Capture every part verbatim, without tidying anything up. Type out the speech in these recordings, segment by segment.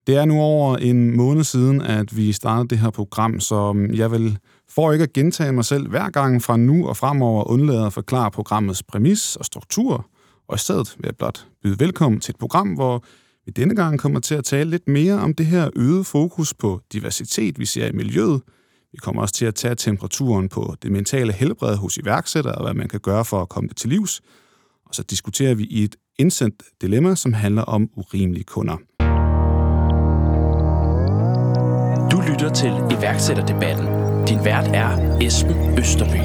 Det er nu over en måned siden, at vi startede det her program, så jeg vil, for ikke at gentage mig selv hver gang fra nu og fremover, undlade at forklare programmets præmis og struktur, og i stedet vil jeg blot byde velkommen til et program, hvor vi denne gang kommer til at tale lidt mere om det her øgede fokus på diversitet, vi ser i miljøet. Vi kommer også til at tage temperaturen på det mentale helbred hos iværksættere, og hvad man kan gøre for at komme det til livs. Og så diskuterer vi i et indsendt dilemma, som handler om urimelige kunder. Du lytter til iværksætterdebatten. Din vært er Esben Østerby.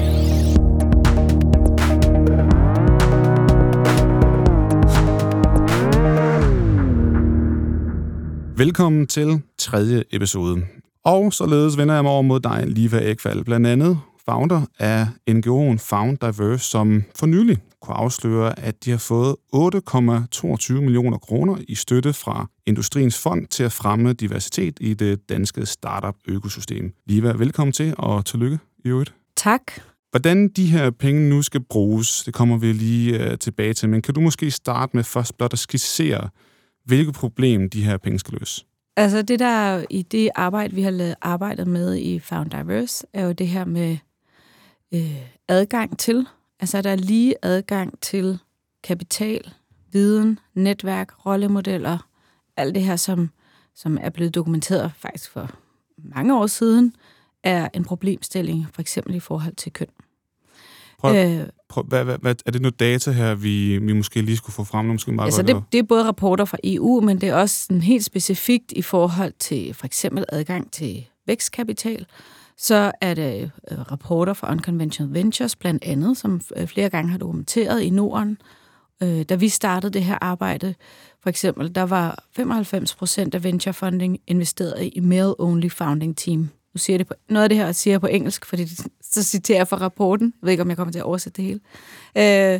Velkommen til tredje episode. Og således vender jeg mig over mod dig, Liva Ekvald, blandt andet founder af N G O'en Found Diverse, som for nylig kunne afsløre, at de har fået otte komma toogtyve millioner kroner i støtte fra Industriens Fond til at fremme diversitet i det danske startup-økosystem. Liva, velkommen til, og tillykke i øvrigt. Tak. Hvordan de her penge nu skal bruges, det kommer vi lige uh, tilbage til, men kan du måske starte med først blot at skitsere, hvilket problem de her penge skal løse? Altså det der i det arbejde, vi har arbejdet med i Found Diverse, er jo det her med øh, adgang til. Altså der er lige adgang til kapital, viden, netværk, rollemodeller, alt det her, som, som er blevet dokumenteret faktisk for mange år siden, er en problemstilling, for eksempel i forhold til køn. Prøv, øh, prøv, hvad, hvad, hvad, er det noget data her, vi, vi måske lige skulle få frem? Måske meget altså det, det er både rapporter fra E U, men det er også sådan helt specifikt i forhold til for eksempel adgang til vækstkapital. Så er det øh, rapporter fra Unconventional Ventures blandt andet, som øh, flere gange har dokumenteret i Norden. Øh, da vi startede det her arbejde, for eksempel, der var femoghalvfems procent af venture funding investeret i male-only founding team. Nu siger det på, noget af det her siger jeg på engelsk, fordi det, så citerer jeg fra rapporten. Jeg ved ikke, om jeg kommer til at oversætte det hele. Øh,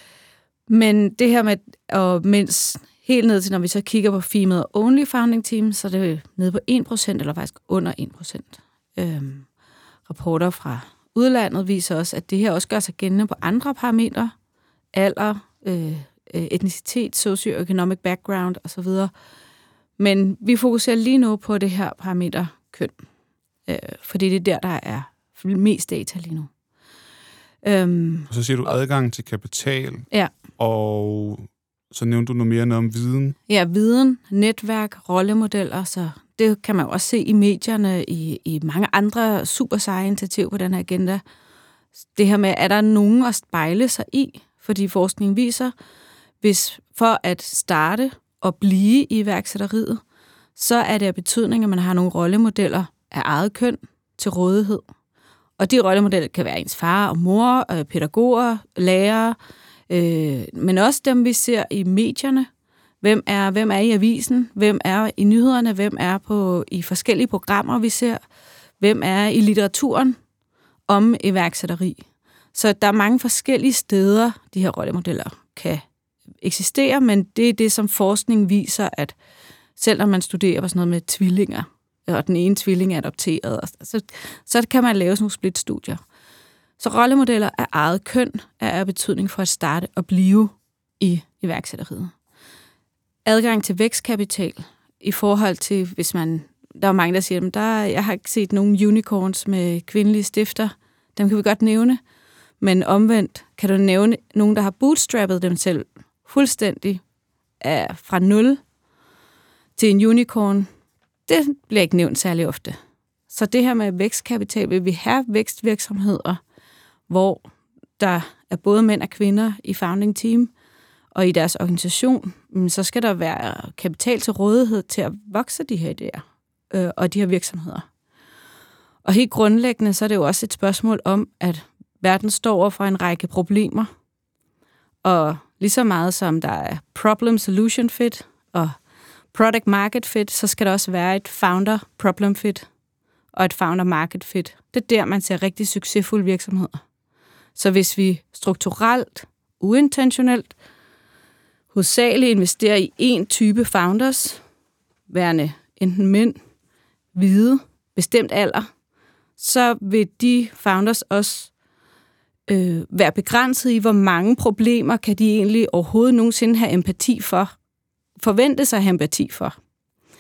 men det her med, og mens helt ned til, når vi så kigger på female-only founding team, så er det nede på en procent, eller faktisk under en procent. Øh, rapporter fra udlandet viser også, at det her også gør sig gældende på andre parametre. Alder, øh, etnicitet, socio-economic background osv. Men vi fokuserer lige nu på det her parameter køn. Fordi det er der, der er mest data lige nu. Øhm, og så siger du adgang til kapital, ja. Og så nævnte du noget mere om viden. Ja, viden, netværk, rollemodeller, så det kan man jo også se i medierne, i, i mange andre super seje initiativer på den her agenda. Det her med, er der nogen at spejle sig i? Fordi forskningen viser, hvis for at starte og blive i iværksætteriet, så er det af betydning, at man har nogle rollemodeller af eget køn til rådighed. Og de rollemodeller kan være ens far og mor, øh, pædagoger, lærere, øh, men også dem, vi ser i medierne. Hvem er, hvem er i avisen? Hvem er i nyhederne? Hvem er på i forskellige programmer, vi ser? Hvem er i litteraturen om iværksætteri? Så der er mange forskellige steder, de her rollemodeller kan eksistere, men det er det, som forskning viser, at selv når man studerer på sådan noget med tvillinger, og den ene tvilling er adopteret, så, så kan man lave sådan nogle split-studier. Så rollemodeller af eget køn er af betydning for at starte og blive i iværksætteriet. Adgang til vækstkapital i forhold til, hvis man... Der er mange, der siger, at der, jeg har ikke set nogen unicorns med kvindelige stifter. Dem kan vi godt nævne. Men omvendt kan du nævne nogen, der har bootstrappet dem selv fuldstændig af, fra nul til en unicorn. Det bliver ikke nævnt særlig ofte. Så det her med vækstkapital, vil vi have vækstvirksomheder, hvor der er både mænd og kvinder i founding team og i deres organisation, så skal der være kapital til rådighed til at vokse de her idéer øh, og de her virksomheder. Og helt grundlæggende, så er det jo også et spørgsmål om, at verden står over for en række problemer, og lige så meget som der er problem-solution fit og product market fit, så skal der også være et founder problem fit og et founder market fit. Det er der, man ser rigtig succesfulde virksomheder. Så hvis vi strukturelt, uintentionelt, hovedsageligt investerer i én type founders, værende enten mænd, hvide, bestemt alder, så vil de founders også øh, være begrænset i, hvor mange problemer kan de egentlig overhovedet nogensinde have empati for, forvente sig at have empati for.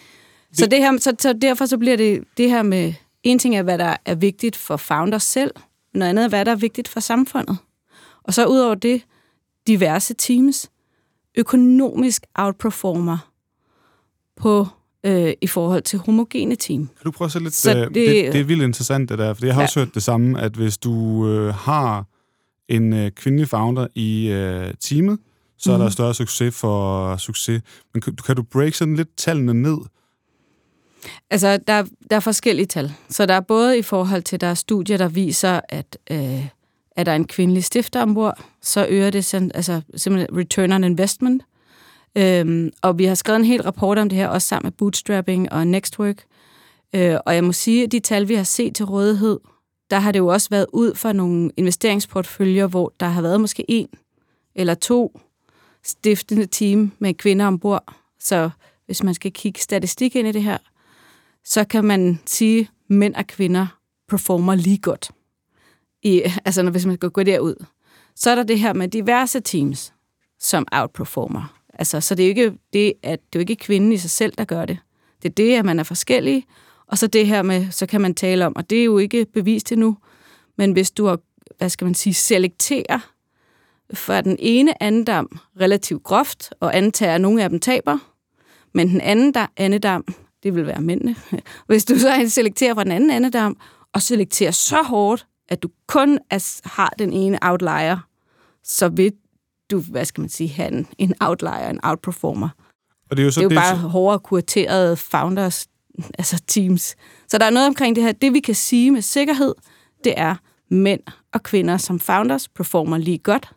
Så, det her, så, så derfor så bliver det det her med, en ting er, hvad der er vigtigt for founders selv, noget andet er, hvad der er vigtigt for samfundet. Og så udover det, diverse teams, økonomisk outperformer på øh, i forhold til homogene team. Kan du prøve at se lidt? Så øh, det, det, det er vildt interessant, det der, for jeg har ja. også hørt det samme, at hvis du øh, har en øh, kvindelig founder i øh, teamet, så mm-hmm. er der større succes for succes. Men kan, kan du break sådan lidt tallene ned? Altså, der, der er forskellige tal. Så der er både i forhold til, der er studier, der viser, at øh, er der en kvindelig stifter ombord, så øger det sådan, altså, simpelthen return on investment. Øhm, og vi har skrevet en hel rapport om det her, også sammen med Bootstrapping og Nextwork. Øh, og jeg må sige, at de tal, vi har set til rådighed, der har det jo også været ud fra nogle investeringsportføljer, hvor der har været måske en eller to stiftende team med kvinder ombord. Så hvis man skal kigge statistik ind i det her, så kan man sige, at mænd og kvinder performer lige godt. I, altså når, hvis man skal gå derud. Så er der det her med diverse teams, som outperformer. Altså, så det er jo ikke det, at det er jo ikke kvinden i sig selv, der gør det. Det er det, at man er forskellige. Og så det her med, så kan man tale om, og det er jo ikke bevist endnu, men hvis du har, hvad skal man sige, selekterer for den ene andedam relativt groft, og antager, at nogle af dem taber, men den anden der, andedam, det vil være mændene. Hvis du så selekterer fra den anden andedam, og selekterer så hårdt, at du kun er, har den ene outlier, så vil du, hvad skal man sige, have en, en outlier, en outperformer. Og det er jo, så det er jo det bare så... hårdere kuraterede founders, altså teams. Så der er noget omkring det her. Det vi kan sige med sikkerhed, det er mænd og kvinder som founders performer lige godt.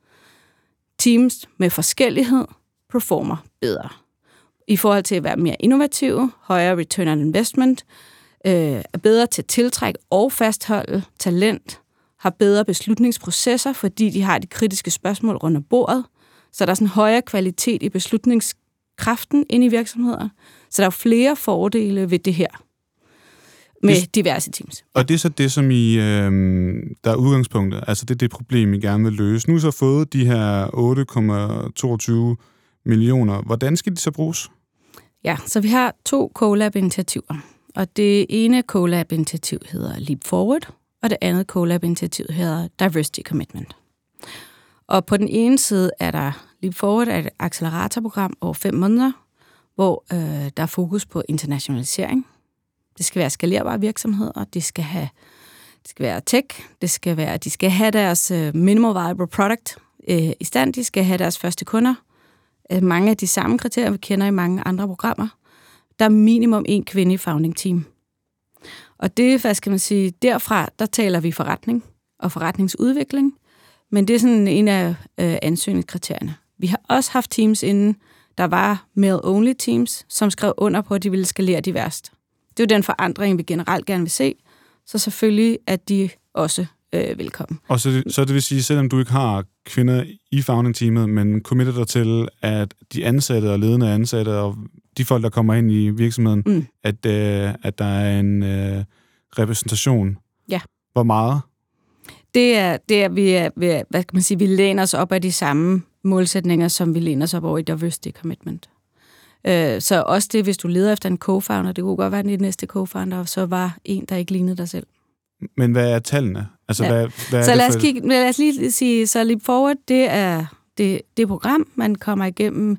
Teams med forskellighed performer bedre. I forhold til at være mere innovative, højere return on investment, øh, er bedre til at tiltrække og fastholde talent, har bedre beslutningsprocesser, fordi de har de kritiske spørgsmål rundt om bordet. Så der er sådan en højere kvalitet i beslutningskraften inde i virksomheder. Så der er flere fordele ved det her med det, diverse teams. Og det er så det, som I, øh, der er udgangspunktet. Altså det er det problem, I gerne vil løse. Nu har I så fået de her otte komma toogtyve millioner. Hvordan skal de så bruges? Ja, så vi har to CoLab-initiativer. Og det ene CoLab-initiativ hedder Leap Forward, og det andet CoLab-initiativ hedder Diversity Commitment. Og på den ene side er der Leap Forward, er et acceleratorprogram over fem måneder, hvor øh, der er fokus på internationalisering. Det skal være skalerbare virksomheder, det skal have, det skal være tech, det skal være, de skal have deres øh, minimal viable product øh, i stand, de skal have deres første kunder. Øh, mange af de samme kriterier, vi kender i mange andre programmer. Der er minimum en kvinde i founding team. Og det, hvad skal man sige, derfra, der taler vi forretning og forretningsudvikling, men det er sådan en af øh, ansøgningskriterierne. Vi har også haft teams inden, der var male-only teams, som skrev under på, at de ville skalere diverst. Det er jo den forandring, vi generelt gerne vil se, så selvfølgelig er de også øh, velkommen. Og så, så det vil sige, selvom du ikke har kvinder i founding-teamet, men committer dig til, at de ansatte og ledende ansatte og de folk, der kommer ind i virksomheden, mm. at, øh, at der er en øh, repræsentation. Ja. Hvor meget? Det er, det er, vi er, vi er, hvad kan man sige, vi læner os op af de samme målsætninger, som vi læner os op over i Diversity Commitment. Øh, så også det, hvis du leder efter en co-founder, det kunne godt være, at den næste co-founder så var en, der ikke lignede dig selv. Men hvad er tallene? Altså, ja. hvad, hvad så er lad det os, kigge, lad os lige sige, så Leap Forward, det er det, det program, man kommer igennem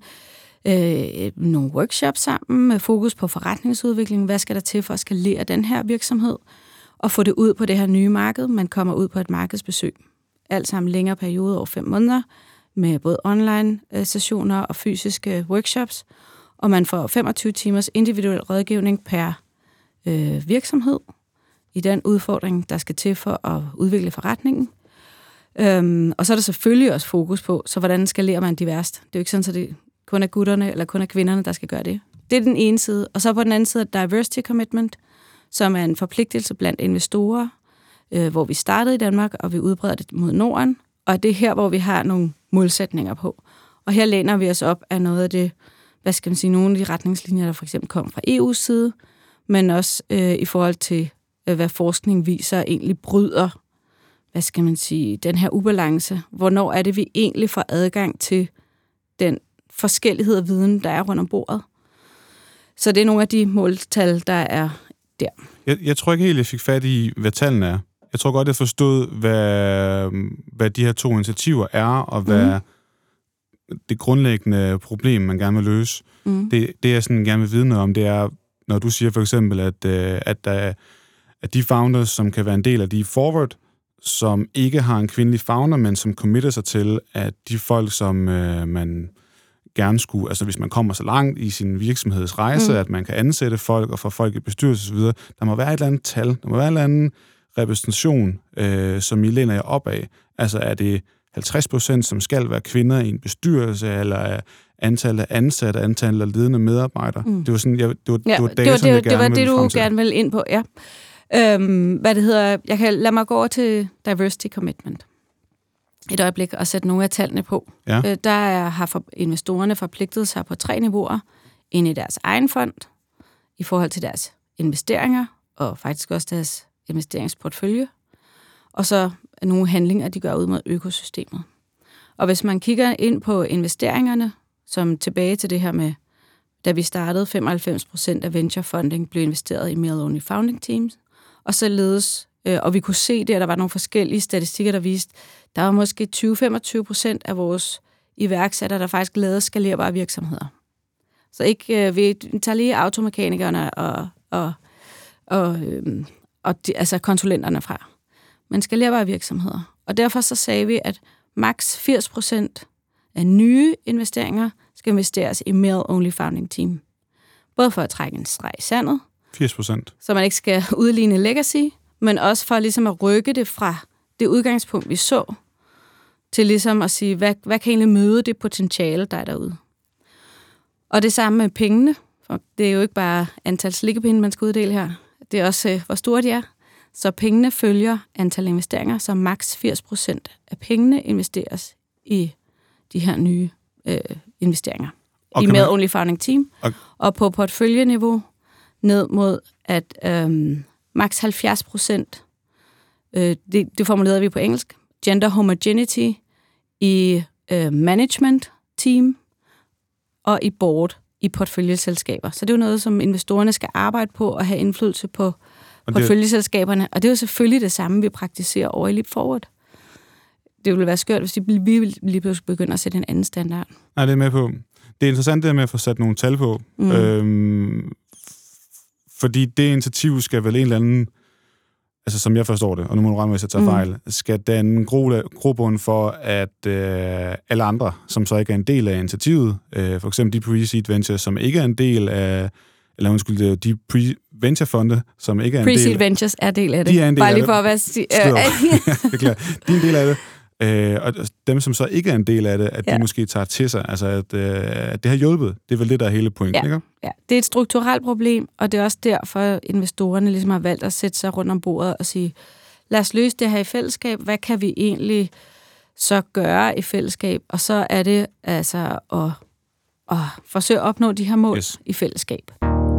øh, nogle workshops sammen med fokus på forretningsudvikling. Hvad skal der til for at skalere den her virksomhed? Og få det ud på det her nye marked. Man kommer ud på et markedsbesøg. Alt sammen længere periode over fem måneder, med både online-sessioner og fysiske workshops. Og man får femogtyve timers individuel rådgivning per øh, virksomhed i den udfordring, der skal til for at udvikle forretningen. Øhm, og så er der selvfølgelig også fokus på, så hvordan skalerer man diverst. Det er jo ikke sådan, at det kun er gutterne eller kun er kvinderne, der skal gøre det. Det er den ene side. Og så på den anden side Diversity Commitment, som er en forpligtelse blandt investorer, øh, hvor vi startede i Danmark, og vi udbreder det mod Norden. Og det er her, hvor vi har nogle målsætninger på. Og her læner vi os op af noget af det, hvad skal man sige, nogle af de retningslinjer, der for eksempel kom fra E U's side, men også øh, i forhold til, øh, hvad forskning viser, egentlig bryder, hvad skal man sige, den her ubalance. Hvornår er det, vi egentlig får adgang til den forskellighed af viden, der er rundt om bordet. Så det er nogle af de måltal, der er der. Jeg, jeg tror ikke helt, jeg fik fat i, hvad tallene er. Jeg tror godt, jeg forstod, hvad, hvad de her to initiativer er, og hvad mm. det grundlæggende problem, man gerne vil løse. Mm. Det, det, jeg sådan gerne vil vide noget om, det er, når du siger for eksempel, at, at, der, at de founders, som kan være en del af de forward, som ikke har en kvindelig founder, men som committer sig til, at de folk, som øh, man gerne skulle, altså hvis man kommer så langt i sin virksomhedsrejse, mm. at man kan ansætte folk og få folk i bestyrelse osv., der må være et eller andet tal, der må være et eller andet repræsentation, øh, som I læner jer op af. Altså er det halvtreds procent, som skal være kvinder i en bestyrelse, eller er antallet af ansatte, antallet af ledende medarbejdere? Mm. Det var sådan, jeg, det var, ja, det var data, det var det, jeg det, var det du fremtil. gerne ville ind på, ja. Øhm, hvad det hedder, jeg kan lade mig gå over til diversity commitment et øjeblik og sætte nogle af tallene på. Ja. Øh, der er, har for, investorerne forpligtet sig på tre niveauer. En i deres egen fond, i forhold til deres investeringer, og faktisk også deres investeringsportfølje, og så nogle handlinger, de gør ud mod økosystemet. Og hvis man kigger ind på investeringerne, som tilbage til det her med, da vi startede, femoghalvfems procent af venture funding blev investeret i male-only founding teams, og således, øh, og vi kunne se det, at der var nogle forskellige statistikker, der viste, der var måske tyve til femogtyve procent af vores iværksættere, der faktisk lavede skalerbare virksomheder. Så ikke, øh, vi tager lige automekanikerne og, og, og, øh, og de, altså konsulenterne fra, men skalerbare virksomheder. Og derfor så sagde vi, at maks firs procent af nye investeringer skal investeres i male-only founding team. Både for at trække en streg i sandet, firs procent. Så man ikke skal udligne legacy, men også for ligesom at rykke det fra det udgangspunkt, vi så, til ligesom at sige, hvad, hvad kan egentlig møde det potentiale, der er derude. Og det samme med pengene, for det er jo ikke bare antal slikkepinde, man skal uddele her. Det er også, hvor store de er. Så pengene følger antal investeringer, så maks firs procent af pengene investeres i de her nye øh, investeringer. Okay. I male-only founding team. Okay. Og på portføljeniveau ned mod, at øhm, maks halvfjerds procent, øh, det, det formulerede vi på engelsk, gender homogeneity i øh, management team og i board i portføljeselskaber. Så det er jo noget, som investorerne skal arbejde på og have indflydelse på portføljeselskaberne. Og det er jo selvfølgelig det samme, vi praktiserer over i Leap Forward. Det ville være skørt, hvis de lige pludselig begynder at sætte en anden standard. Nej, det er med på. Det er interessant det med at få sat nogle tal på. Mm. Øhm, fordi det initiativ skal vel en eller anden, altså som jeg forstår det, og nu må du rette mig, hvis jeg tager mm. fejl, skal danne grobund for, at øh, alle andre, som så ikke er en del af initiativet, øh, for eksempel de pre-seed ventures, som ikke er en del af, eller undskyld, de pre-venture-fonde, som ikke er en del af... Pre-seed ventures er del af det. De er en del Bare lige af for at være... Sti- det er klart. De er en del af det. Øh, og dem, som så ikke er en del af det, at ja. de måske tager til sig, altså at, øh, at det har hjulpet. Det er vel det, der er hele pointen, ja. ikke? Ja, det er et strukturelt problem, og det er også derfor, at investorerne ligesom har valgt at sætte sig rundt om bordet og sige, lad os løse det her i fællesskab. Hvad kan vi egentlig så gøre i fællesskab? Og så er det altså at, at forsøge at opnå de her mål yes. i fællesskab.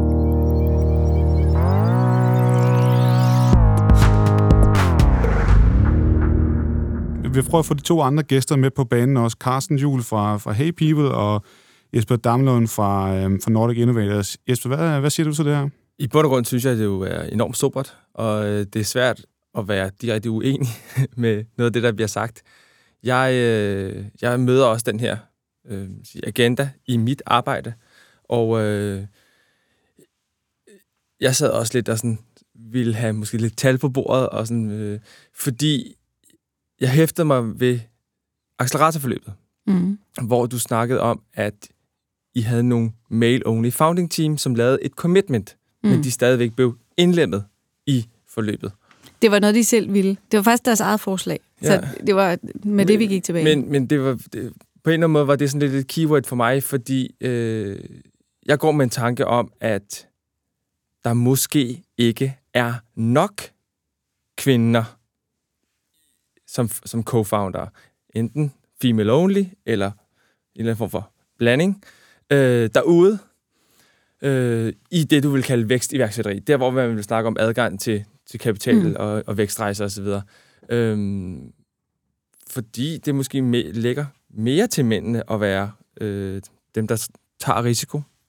Vi prøver at få de to andre gæster med på banen også. Carsten Juhl fra, fra Hey People og Jesper Damlund fra, øhm, fra Nordic Innovators. Jesper, hvad, hvad siger du til det her? I bund og grund synes jeg, at det jo er enormt sobert, og det er svært at være direkte uenig med noget af det, der bliver sagt. Jeg, øh, jeg møder også den her øh, agenda i mit arbejde, og øh, jeg sad også lidt og sådan, ville have måske lidt tal på bordet, og sådan, øh, fordi jeg hæftede mig ved acceleratorforløbet, mm. hvor du snakkede om, at I havde nogle male-only founding team, som lavede et commitment, mm. men de stadigvæk blev indlemmet i forløbet. Det var noget, de selv ville. Det var faktisk deres eget forslag. Ja. Så det var med men, det, vi gik tilbage. Men, men det var, det, på en eller anden måde var det sådan lidt et keyword for mig, fordi øh, jeg går med en tanke om, at der måske ikke er nok kvinder som, som co-founder. Enten female only, eller en eller anden form for blanding, øh, derude, øh, i det, du vil kalde vækstiværksætteri. Der, hvor man vil snakke om adgang til, til kapital mm. og, og vækstrejser osv. Øhm, fordi det måske me- lægger mere til mændene at være øh, dem, der tager risiko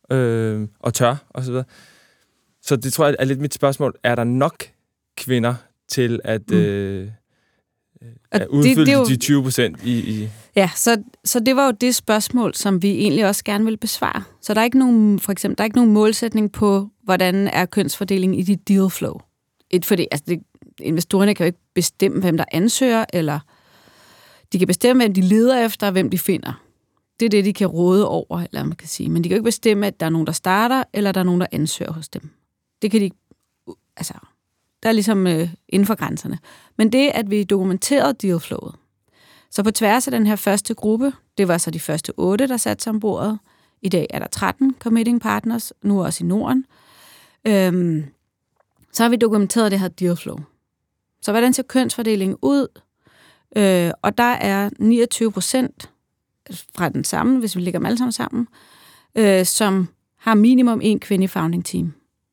øh, og tør, og så videre. Så det tror jeg er lidt mit spørgsmål. Er der nok kvinder til at, mm. øh, at udfylde det, det jo, de tyve procent i... i ja, så, så det var jo det spørgsmål, som vi egentlig også gerne vil besvare. Så der er ikke nogen, for eksempel, der er ikke nogen målsætning på, hvordan er kønsfordelingen i dit deal flow. Et, fordi, altså det, investorerne kan jo ikke bestemme, hvem der ansøger, eller de kan bestemme, hvem de leder efter, og hvem de finder. Det er det, de kan råde over, eller man kan sige. Men de kan jo ikke bestemme, at der er nogen, der starter, eller der er nogen, der ansøger hos dem. Det kan de ikke... Altså, der er ligesom øh, inden for grænserne. Men det, at vi dokumenterede dealflowet, så på tværs af den her første gruppe, det var så de første otte, der satte sig om bordet. I dag er der tretten committing partners, nu også i Norden. Øhm, så har vi dokumenteret det her dealflow. Så hvordan ser kønsfordelingen ud? Øh, og der er niogtyve procent fra den samme, hvis vi lægger dem alle sammen sammen, øh, som har minimum en kvinde i founding team.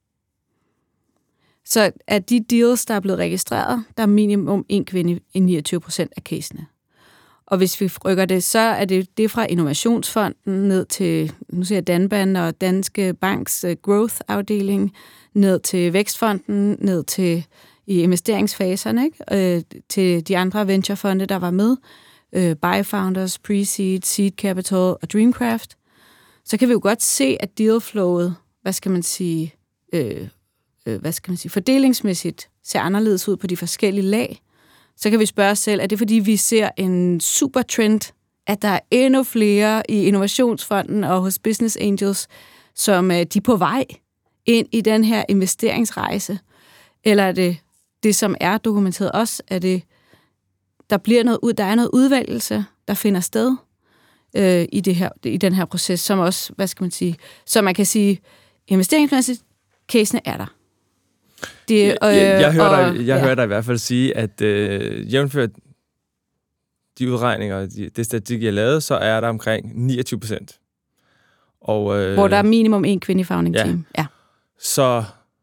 Så af de deals, der er blevet registreret, der er minimum en kvinde i niogtyve procent af casene. Og hvis vi rykker det, så er det det fra Innovationsfonden ned til, nu siger jeg Danban og Danske Banks growth-afdeling, ned til Vækstfonden, ned til i investeringsfaserne, ikke? Øh, til de andre venturefonde, der var med, øh, Biofounders, Pre-Seed, Seed Capital og Dreamcraft, så kan vi jo godt se, at dealflowet, hvad skal man sige, øh, øh, hvad skal man sige, fordelingsmæssigt ser anderledes ud på de forskellige lag. Så kan vi spørge os selv, er det fordi, vi ser en super trend, at der er endnu flere i Innovationsfonden og hos Business Angels, som øh, de er på vej ind i den her investeringsrejse? Eller er det det, som er dokumenteret også, er det, der bliver noget ud, der er noget udvælgelse, der finder sted øh, i, det her, i den her proces, som også, hvad skal man sige, så man kan sige, investeringsmæssigt, casene er der. Det, øh, jeg jeg, jeg, hører, og, dig, jeg ja. hører dig i hvert fald sige, at øh, jævnført de udregninger, de, det statistik, jeg lavede, så er der omkring niogtyve procent. Og, øh, hvor der er minimum en kvinde i founding ja. team. Ja. Så,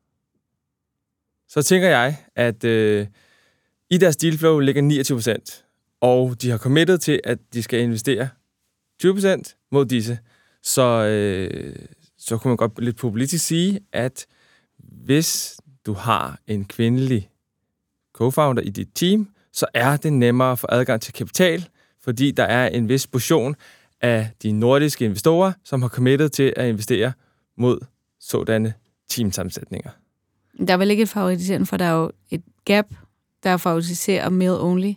så tænker jeg, at øh, i deres dealflow ligger niogtyve procent, og de har committed til, at de skal investere tyve procent mod disse. Så, øh, så kunne man godt lidt populistisk sige, at hvis du har en kvindelig co-founder i dit team, så er det nemmere at få adgang til kapital, fordi der er en vis portion af de nordiske investorer, som har committed til at investere mod sådanne teamsammensætninger. Der er vel ikke et favoritisering, for der er jo et gap, der favoriserer male only.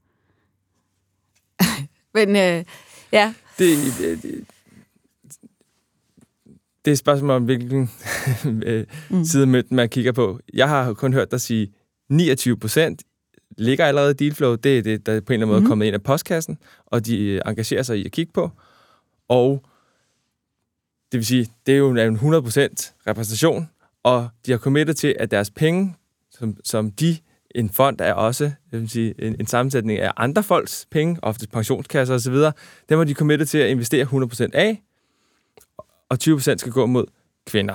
Men øh, ja. Det, det, det, det er et spørgsmål om, hvilken mm. side man kigger på. Jeg har kun hørt dig sige, niogtyve procent ligger allerede i dealflow. Det er det, der på en eller anden måde mm. er kommet ind af postkassen, og de engagerer sig i at kigge på. Og det vil sige, det er jo en hundrede procent repræsentation, og de har committed til, at deres penge, som, som de, en fond er også jeg vil sige, en, en sammensætning af andre folks penge, ofte pensionskasser osv., dem har de committed til at investere hundrede procent af, og tyve procent skal gå mod kvinder.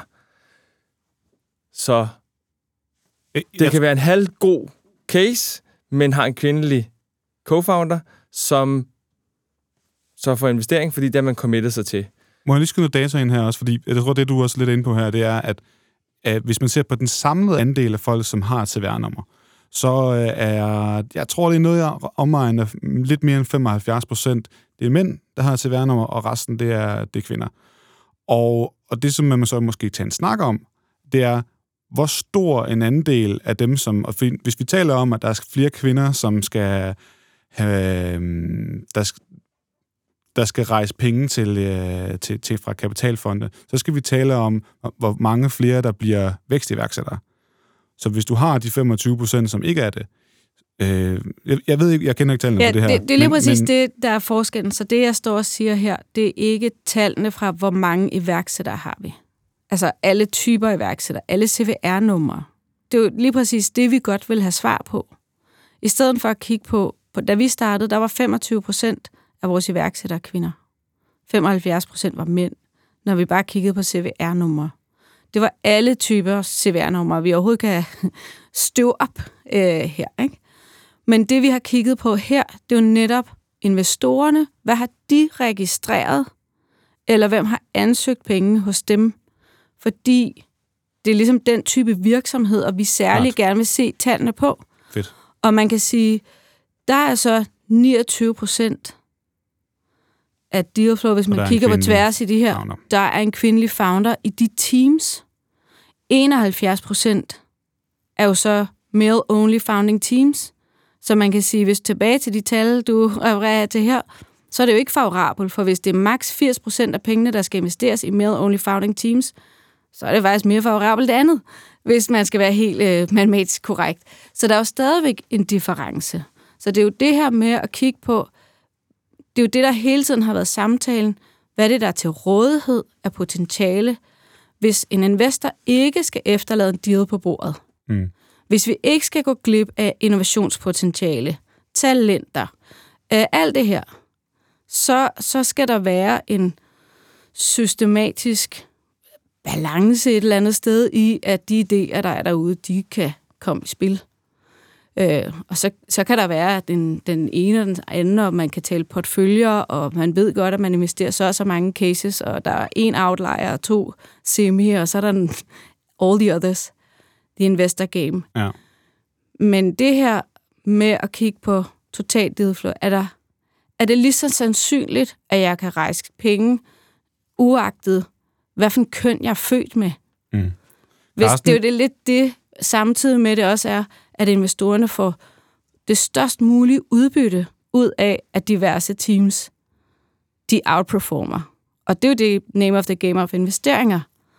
Så det kan være en halv god case, men har en kvindelig co-founder, som så får investering, fordi det er man committed sig til. Må jeg lige skyde data ind her også, fordi jeg tror, det du er også lidt inde på her, det er, at, at hvis man ser på den samlede andel af folk, som har et C V R-nummer, så er, jeg tror, det er noget, jeg omegner lidt mere end femoghalvfjerds procent. Det er mænd, der har et C V R-nummer, og resten, det er, det er kvinder. Og, og det, som man så måske tage en snak om, det er, hvor stor en andel af dem, som... Og hvis vi taler om, at der er flere kvinder, som skal have, der, skal, der skal rejse penge til, til, til fra kapitalfonde, så skal vi tale om, hvor mange flere, der bliver vækstiværksættere. Så hvis du har de femogtyve procent, som ikke er det, øh, jeg, jeg ved ikke, jeg kender ikke tallene ja, på det her. Det, det er lige men, præcis men, det, der er forskellen. Så det, jeg står og siger her, det er ikke tallene fra, hvor mange iværksættere har vi. Altså alle typer iværksættere, alle C V R-numre. Det er jo lige præcis det, vi godt vil have svar på. I stedet for at kigge på, på da vi startede, der var femogtyve procent af vores iværksættere kvinder. femoghalvfjerds procent var mænd, når vi bare kiggede på C V R-numre. Det var alle typer C V R-numre, vi overhovedet kan støve op øh, her. Ikke? Men det, vi har kigget på her, det er jo netop investorerne. Hvad har de registreret eller hvem har ansøgt penge hos dem, fordi det er ligesom den type virksomhed, og vi særligt gerne vil se tallene på. Fedt. Og man kan sige, der er så niogtyve procent af dealflow, hvis man kigger på tværs i de her, founder. Der er en kvindelig founder i de teams. enoghalvfjerds procent er jo så male-only founding teams. Så man kan sige, hvis tilbage til de tal, du refererer til her, så er det jo ikke favorabelt, for hvis det er maks firs procent af pengene, der skal investeres i male-only founding teams, så er det faktisk mere favorabelt andet, hvis man skal være helt øh, matematisk korrekt. Så der er jo stadigvæk en difference. Så det er jo det her med at kigge på, det er jo det, der hele tiden har været samtalen, hvad det der er til rådighed af potentiale, hvis en investor ikke skal efterlade en deal på bordet. Mm. Hvis vi ikke skal gå glip af innovationspotentiale, talenter, øh, alt det her, så, så skal der være en systematisk balance et eller andet sted i, at de idéer, der er derude, de kan komme i spil. Øh, og så, så kan der være den, den ene og den anden, og man kan tale portføljer, og man ved godt, at man investerer så og så mange cases, og der er en outlier og to semi, og så er der en, all the others. The investor game. Ja. Men det her med at kigge på total dealflow, er, der, er det lige så sandsynligt, at jeg kan rejse penge, uagtet hvad for en køn jeg er født med. Mm. Hvis det er jo det, lidt det, samtidig med det også er, at investorerne får det størst mulige udbytte ud af, at diverse teams, de outperformer. Og det er jo det name of the game of investeringer,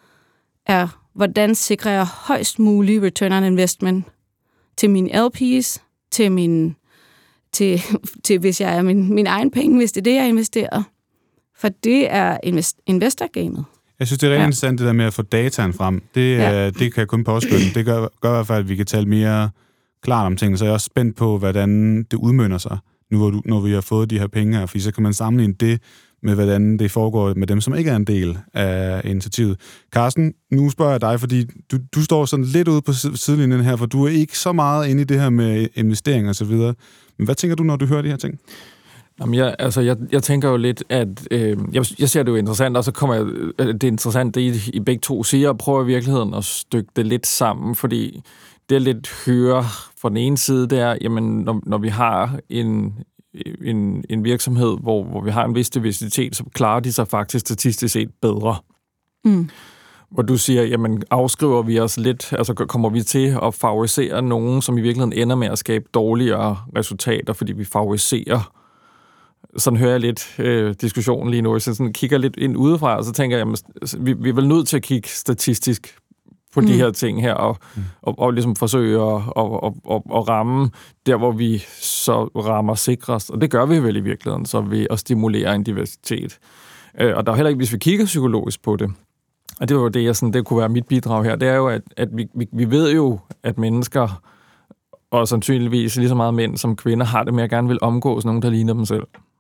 er, hvordan sikrer jeg højst mulig return on investment til mine L P's, til, min, til, til hvis jeg er min, min egen penge, hvis det er det, jeg investerer. For det er invest, investorgamet. Jeg synes, det er rigtig ja. interessant, det der med at få dataen frem. Det, ja. det kan jeg kun påskynde. Det gør, gør i hvert fald, at vi kan tale mere klart om tingene. Så jeg er også spændt på, hvordan det udmønter sig, nu hvor du, når vi har fået de her penge her. Fordi så kan man sammenligne det med, hvordan det foregår med dem, som ikke er en del af initiativet. Carsten, nu spørger jeg dig, fordi du, du står sådan lidt ude på sidelinjen her, for du er ikke så meget inde i det her med investering og så videre. Men hvad tænker du, når du hører de her ting? Jamen, jeg, altså, jeg, jeg tænker jo lidt, at øh, jeg, jeg ser det jo interessant, og så kommer jeg, det er interessant, det I, I begge to siger, og prøver i virkeligheden at stykke det lidt sammen, fordi det jeg lidt hører fra den ene side, det er, jamen, når, når vi har en, en, en virksomhed, hvor, hvor vi har en vis diversitet, så klarer de sig faktisk statistisk set bedre. Mm. Hvor du siger, jamen, afskriver vi os lidt, altså kommer vi til at favorisere nogen, som i virkeligheden ender med at skabe dårligere resultater, fordi vi favoriserer. Sådan hører jeg lidt øh, diskussionen lige nu. Hvis jeg sådan kigger lidt ind udefra, og så tænker jeg, at vi, vi er vel nødt til at kigge statistisk på mm. de her ting her, og, mm. og, og ligesom forsøge at, og, og, og, og ramme der, hvor vi så rammer sikrest. Og det gør vi vel i virkeligheden, så vi at stimulere en diversitet. Øh, og der er heller ikke, hvis vi kigger psykologisk på det, og det var det, jeg sådan, det kunne være mit bidrag her, det er jo, at, at vi, vi, vi ved jo, at mennesker, og sandsynligvis lige så meget mænd som kvinder, har det med at gerne vil omgås nogen, der ligner dem selv.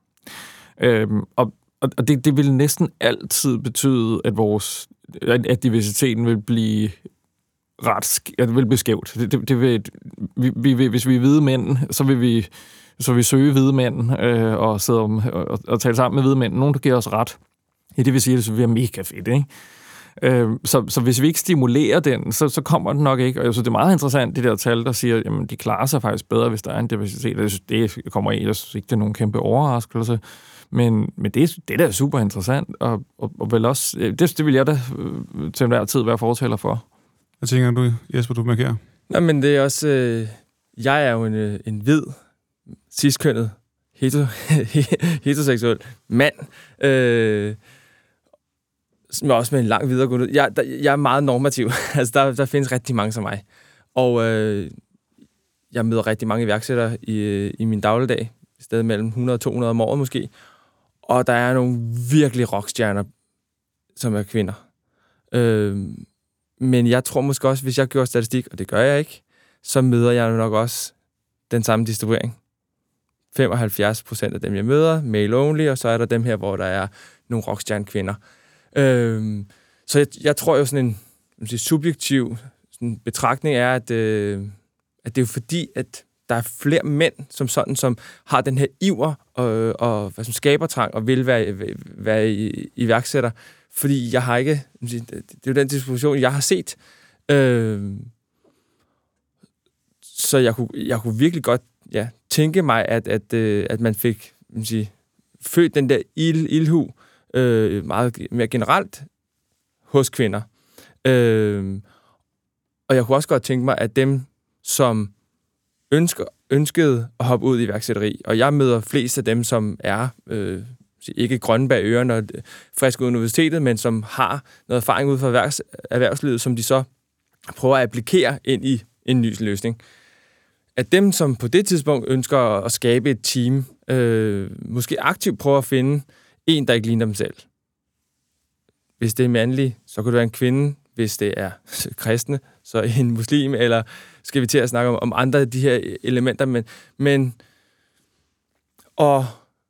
Øhm, og og det, det vil næsten altid betyde, at vores at, at diversiteten vil blive ret at det vil blive skævt. Det, det, det vil, vi, vi, hvis vi er hvide mænd, så vil vi så vil vi søge hvide mænd øh, og sidde og, og, og tale sammen med hvide mænd. Nogen, der giver os ret. Ja, det vil sige, at det vil være mega fedt, ikke? Øh, så, så hvis vi ikke stimulerer den, så, så kommer den nok ikke. Og jeg synes, det er meget interessant, de der tal, der siger, at de klarer sig faktisk bedre, hvis der er en diversitet. Jeg synes, det kommer i. Jeg synes ikke, det er nogen kæmpe overraskelse. Men, men det, det er da super interessant, og, og, og vel også, det, det vil jeg da øh, til enhver tid være fortaler for. Hvad tænker du, Jesper, du markerer? Nå, men det er også, øh, jeg er jo en, en hvid, ciskønnet, heter, heteroseksuel mand, øh, som også med en lang videregående. Jeg, der, jeg er meget normativ, altså der, der findes rigtig mange som mig, og øh, jeg møder rigtig mange iværksættere i, i min dagligdag, et sted mellem hundrede og to hundrede om året måske. Og der er nogle virkelig rockstjerner, som er kvinder. Øh, men jeg tror måske også, hvis jeg gjorde statistik, og det gør jeg ikke, så møder jeg nok også den samme distribuering. femoghalvfjerds procent af dem, jeg møder, male only, og så er der dem her, hvor der er nogle rockstjernekvinder. Øh, så jeg, jeg tror jo sådan en sige, subjektiv sådan betragtning er, at, øh, at det er jo fordi, at der er flere mænd, som sådan, som har den her iver og, og hvad som skabertrang og vil være, være iværksætter. Fordi jeg har ikke... Det er jo den diskussion, jeg har set. Øh, så jeg kunne, jeg kunne virkelig godt ja, tænke mig, at, at, at man fik man sige, født den der ild, ildhu øh, meget mere generelt hos kvinder. Øh, og jeg kunne også godt tænke mig, at dem, som ønsker, ønskede at hoppe ud i iværksætteri, og jeg møder flest af dem, som er øh, ikke grønne bag ørerne og friske ud af universitetet, men som har noget erfaring ud fra erhvervs, erhvervslivet, som de så prøver at applikere ind i en ny løsning. At dem, som på det tidspunkt ønsker at skabe et team, øh, måske aktivt prøver at finde en, der ikke ligner dem selv. Hvis det er mandlig, så kan det være en kvinde. Hvis det er kristne, så en muslim, eller skal vi til at snakke om, om andre af de her elementer. Men, men og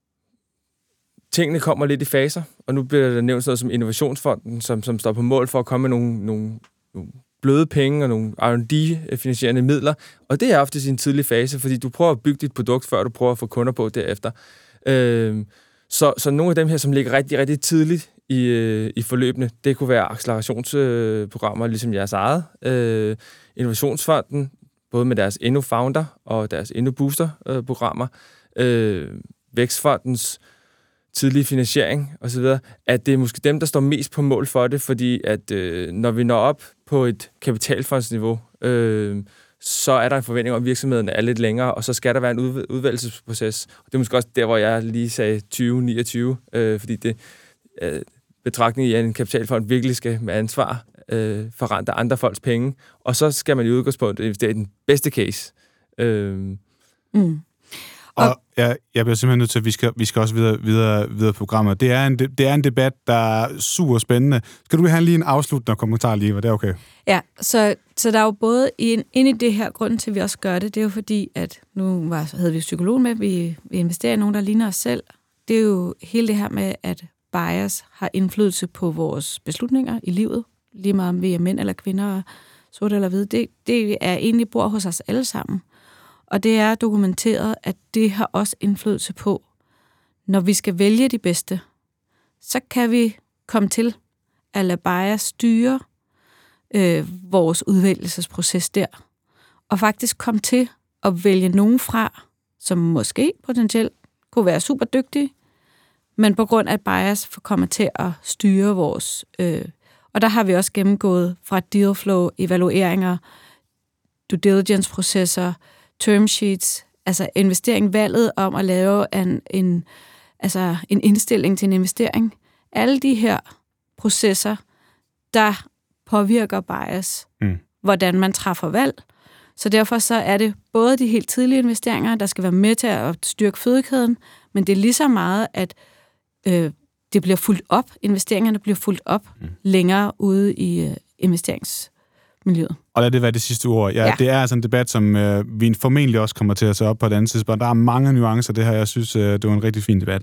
tingene kommer lidt i faser, og nu bliver der nævnt noget som Innovationsfonden, som, som står på mål for at komme med nogle, nogle, nogle bløde penge og nogle R and D-finansierende midler, og det er ofte i sin tidlige fase, fordi du prøver at bygge dit produkt, før du prøver at få kunder på derefter. Øh, så, så nogle af dem her, som ligger rigtig, rigtig tidligt i, øh, i forløbene, det kunne være accelerationsprogrammer, øh, ligesom jeres eget. Øh, Innovationsfonden, både med deres Inno-founder og deres Inno-booster-programmer, øh, Vækstfondens tidlig finansiering osv., at det er måske dem, der står mest på mål for det, fordi at øh, når vi når op på et kapitalfondsniveau, øh, så er der en forventning om, at virksomheden er lidt længere, og så skal der være en udv- udvalgelsesproces. Og det er måske også der, hvor jeg lige sagde tyve niogtyve, øh, fordi det øh, betragtning i, at en kapitalfond virkelig skal med ansvar øh, forrente andre folks penge, og så skal man i udgangspunktet investere i den bedste case. Øh, mm. Og jeg, jeg bliver simpelthen nødt til, at vi skal, vi skal også videre, videre, videre på programmet. Det er, en, det er en debat, der er super spændende. Skal du have lige en afsluttende kommentar lige? Var det okay? Ja, så, så der er jo både ind, ind i det her, grund til, at vi også gør det, det er jo fordi, at nu var, havde vi psykolog med, vi, vi investerer i nogen, der ligner os selv. Det er jo hele det her med, at bias har indflydelse på vores beslutninger i livet, lige meget om vi er mænd eller kvinder, sort eller hvide. Det, det er egentlig bor hos os alle sammen. Og det er dokumenteret, at det har også indflydelse på, når vi skal vælge de bedste, så kan vi komme til at lade bias styre øh, vores udvælgelsesproces der, og faktisk komme til at vælge nogen fra, som måske potentielt kunne være super dygtige, men på grund af bias kommer til at styre vores... Øh, og der har vi også gennemgået fra deal flow, evalueringer, due diligence-processer, term sheets, altså investering, valget om at lave en, en, altså en indstilling til en investering. Alle de her processer, der påvirker bias, mm. hvordan man træffer valg. Så derfor så er det både de helt tidlige investeringer, der skal være med til at styrke fødekæden, men det er lige så meget, at øh, det bliver fulgt op, investeringerne bliver fulgt op mm. længere ude i øh, investerings miljøet. Og lad det være det sidste ord. Ja, ja. Det er altså en debat, som øh, vi formentlig også kommer til at tage op på et andet tidspunkt. Der er mange nuancer det her. Jeg synes, øh, det var en rigtig fin debat.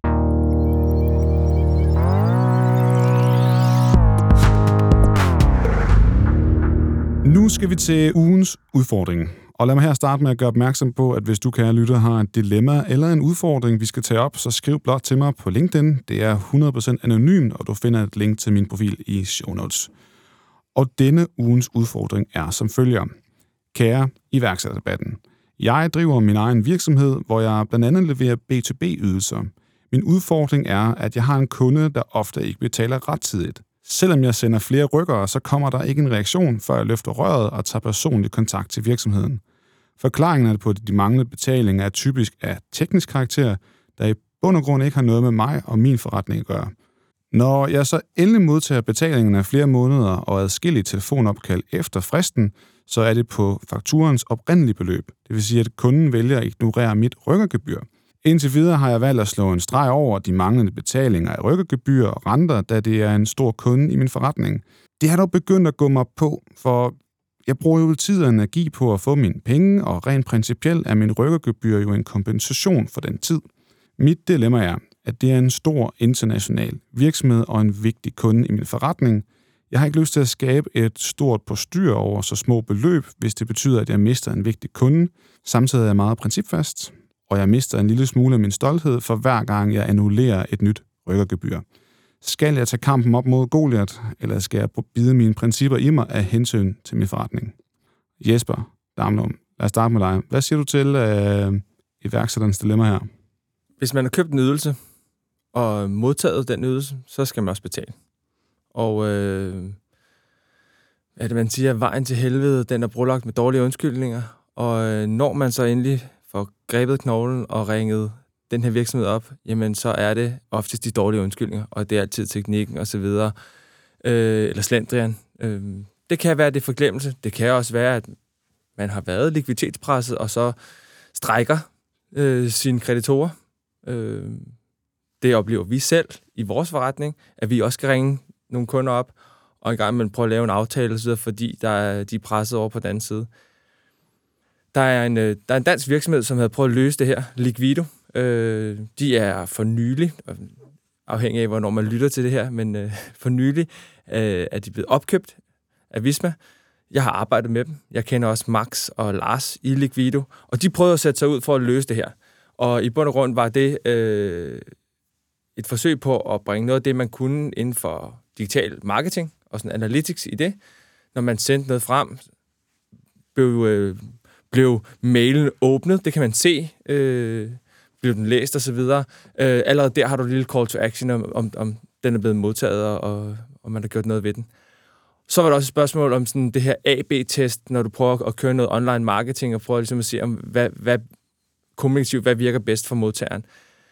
Nu skal vi til ugens udfordring. Og lad mig her starte med at gøre opmærksom på, at hvis du, kære lytter, har et dilemma eller en udfordring, vi skal tage op, så skriv blot til mig på LinkedIn. Det er hundrede procent anonymt, og du finder et link til min profil i show notes. Og denne ugens udfordring er som følger. Kære iværksætterdebatten. Jeg driver min egen virksomhed, hvor jeg blandt andet leverer B to B-ydelser. Min udfordring er, at jeg har en kunde, der ofte ikke betaler rettidigt. Selvom jeg sender flere rykkere, så kommer der ikke en reaktion, før jeg løfter røret og tager personlig kontakt til virksomheden. Forklaringen på de manglende betalinger er typisk af teknisk karakter, der i bund og grund ikke har noget med mig og min forretning at gøre. Når jeg så endelig modtager betalingen af flere måneder og adskillige telefonopkald efter fristen, så er det på fakturens oprindelige beløb. Det vil sige, at kunden vælger at ignorere mit rykkergebyr. Indtil videre har jeg valgt at slå en streg over de manglende betalinger af rykkergebyr og renter, da det er en stor kunde i min forretning. Det har dog begyndt at gå mig på, for jeg bruger jo tid og energi på at få mine penge, og rent principielt er min rykkergebyr jo en kompensation for den tid. Mit dilemma er, at det er en stor international virksomhed og en vigtig kunde i min forretning. Jeg har ikke lyst til at skabe et stort postyr over så små beløb, hvis det betyder, at jeg mister en vigtig kunde. Samtidig er jeg meget principfast, og jeg mister en lille smule af min stolthed for hver gang jeg annullerer et nyt rykkergebyr. Skal jeg tage kampen op mod Goliat, eller skal jeg bide mine principper i mig af hensyn til min forretning? Jesper Damlum, lad os starte med dig. Hvad siger du til øh, iværksætterens dilemma her? Hvis man har købt en ydelse og modtaget den ydelse, så skal man også betale. Og øh, hvad er det, man siger, vejen til helvede, den er brolagt med dårlige undskyldninger. Og øh, når man så endelig får grebet knoglen og ringet den her virksomhed op, jamen så er det oftest de dårlige undskyldninger, og det er altid teknikken og så videre, øh, eller slendrian. Øh, det kan være det forglemmelse. Det kan også være, at man har været likviditetspresset, og så strækker øh, sine kreditorer. Øh, det oplever vi selv i vores forretning, at vi også skal ringe nogle kunder op, og en gang man prøver at lave en aftale, så fordi der er, de er presset over på den anden side. Der er, en, der er en dansk virksomhed, som havde prøvet at løse det her, Liquido. Øh, de er for nylig, afhængig af, hvornår man lytter til det her, men øh, for nylig øh, er de blevet opkøbt af Visma. Jeg har arbejdet med dem. Jeg kender også Max og Lars i Liquido, og de prøvede at sætte sig ud for at løse det her. Og i bund og grund var det øh, et forsøg på at bringe noget af det, man kunne inden for digital marketing og sådan analytics i det. Når man sendte noget frem, blev, øh, blev mailen åbnet. Det kan man se. Øh, blev den læst og så videre. Øh, allerede der har du et lille call to action, om, om, om den er blevet modtaget, og, og man har gjort noget ved den. Så var der også et spørgsmål om sådan det her A B-test, når du prøver at køre noget online marketing, og prøver ligesom at se, om hvad, hvad kommunikativt, hvad virker bedst for modtageren.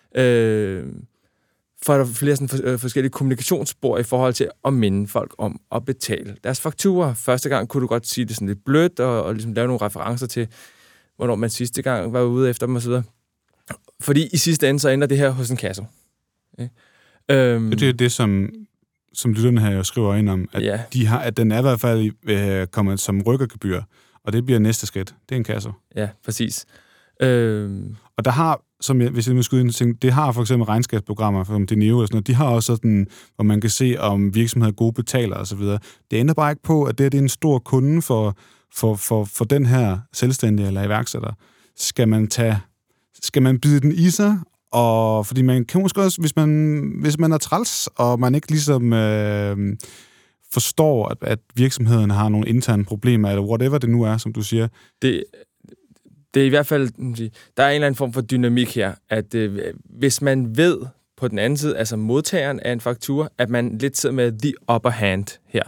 Øh, for der er flere sådan forskellige kommunikationsspor i forhold til at minde folk om at betale deres fakturer. Første gang kunne du godt sige det sådan lidt blødt, og, og ligesom lave nogle referencer til, hvornår man sidste gang var ude efter dem osv. Fordi i sidste ende, så ender det her hos en kasse. Okay? Øhm, det er det, som, som lytterne her jo skriver ind om, at, ja. de har, at den er i hvert fald øh, kommet som rykkergebyr, og det bliver næste skridt. Det er en kasse. Ja, præcis. Øhm, og der har, som jeg, hvis jeg skulle ind, det har for eksempel regnskabsprogrammer, som Dineo og sådan noget, de har også sådan, hvor man kan se, om virksomheder er gode betalere og så videre. Det ændrer bare ikke på, at det, det er en stor kunde for, for, for, for den her selvstændige eller iværksætter. Skal man tage, skal man bide den i sig? Og fordi man kan måske også, hvis man, hvis man er træls, og man ikke ligesom øh, forstår, at, at virksomheden har nogle interne problemer, eller whatever det nu er, som du siger. Det Det er i hvert fald, der er en eller anden form for dynamik her, at øh, hvis man ved på den anden side, altså modtageren af en faktura, at man lidt sidder med the upper hand her,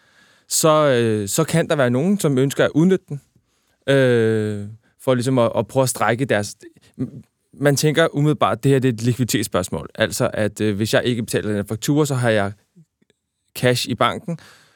så, øh, så kan der være nogen, som ønsker at udnytte den, øh, for ligesom at, at prøve at strække deres... Man tænker umiddelbart, at det her det er et likviditetsspørgsmål. Altså, at øh, hvis jeg ikke betaler den faktura, så har jeg cash i banken,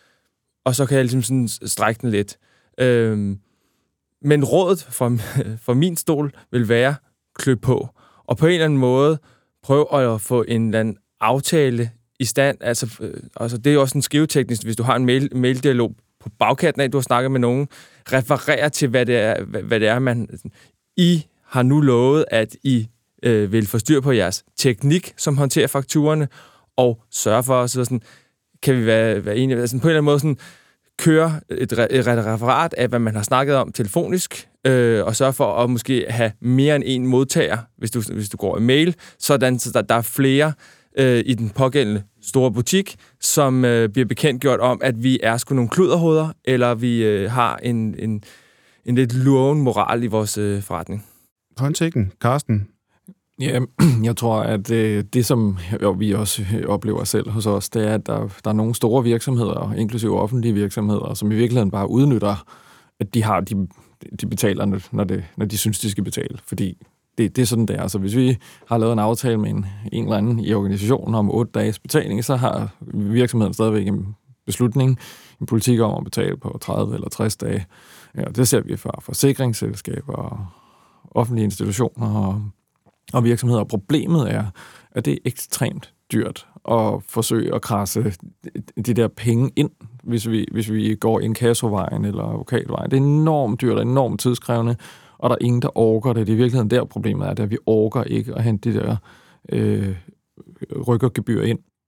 og så kan jeg ligesom sådan strække den lidt. Øh, Men rådet for, for min stol vil være, klø på. Og på en eller anden måde prøv at få en eller anden aftale i stand. Altså, øh, altså det er jo også en skriveteknisk, hvis du har en mail, maildialog på bagkanten af, du har snakket med nogen, referere til, hvad det er, hvad, hvad det er man... I har nu lovet, at I øh, vil få styr på jeres teknik, som håndterer fakturerne, og sørge for os, sådan, kan vi være, være enige, altså på en eller anden måde sådan, køre et, et referat af, hvad man har snakket om telefonisk, øh, og sørge for at måske have mere end en modtager, hvis du, hvis du går i mail, sådan så der, der er flere øh, i den pågældende store butik, som øh, bliver bekendtgjort om, at vi er sgu nogle kluderhoveder, eller vi øh, har en, en, en lidt luren moral i vores øh, forretning. Håndtækken, Carsten? Ja, jeg tror, at det, det som jo, vi også oplever selv hos os, det er, at der, der er nogle store virksomheder, inklusive offentlige virksomheder, som i virkeligheden bare udnytter, at de har de, de betaler, når, det, når de synes, de skal betale. Fordi det, det er sådan, det er. Så hvis vi har lavet en aftale med en, en eller anden i organisationen om otte dages betaling, så har virksomheden stadigvæk en beslutning, en politik om at betale på tredive eller tres dage. Ja, det ser vi fra forsikringsselskaber og offentlige institutioner og og virksomheder. Problemet er, at det er ekstremt dyrt at forsøge at krasse de der penge ind, hvis vi, hvis vi går inkassovejen eller advokatvejen. Det er enormt dyrt og enormt tidskrævende, og der er ingen, der orker det. Det er i virkeligheden der problemet er, at vi orker ikke at hente de der øh, rykkergebyr ind.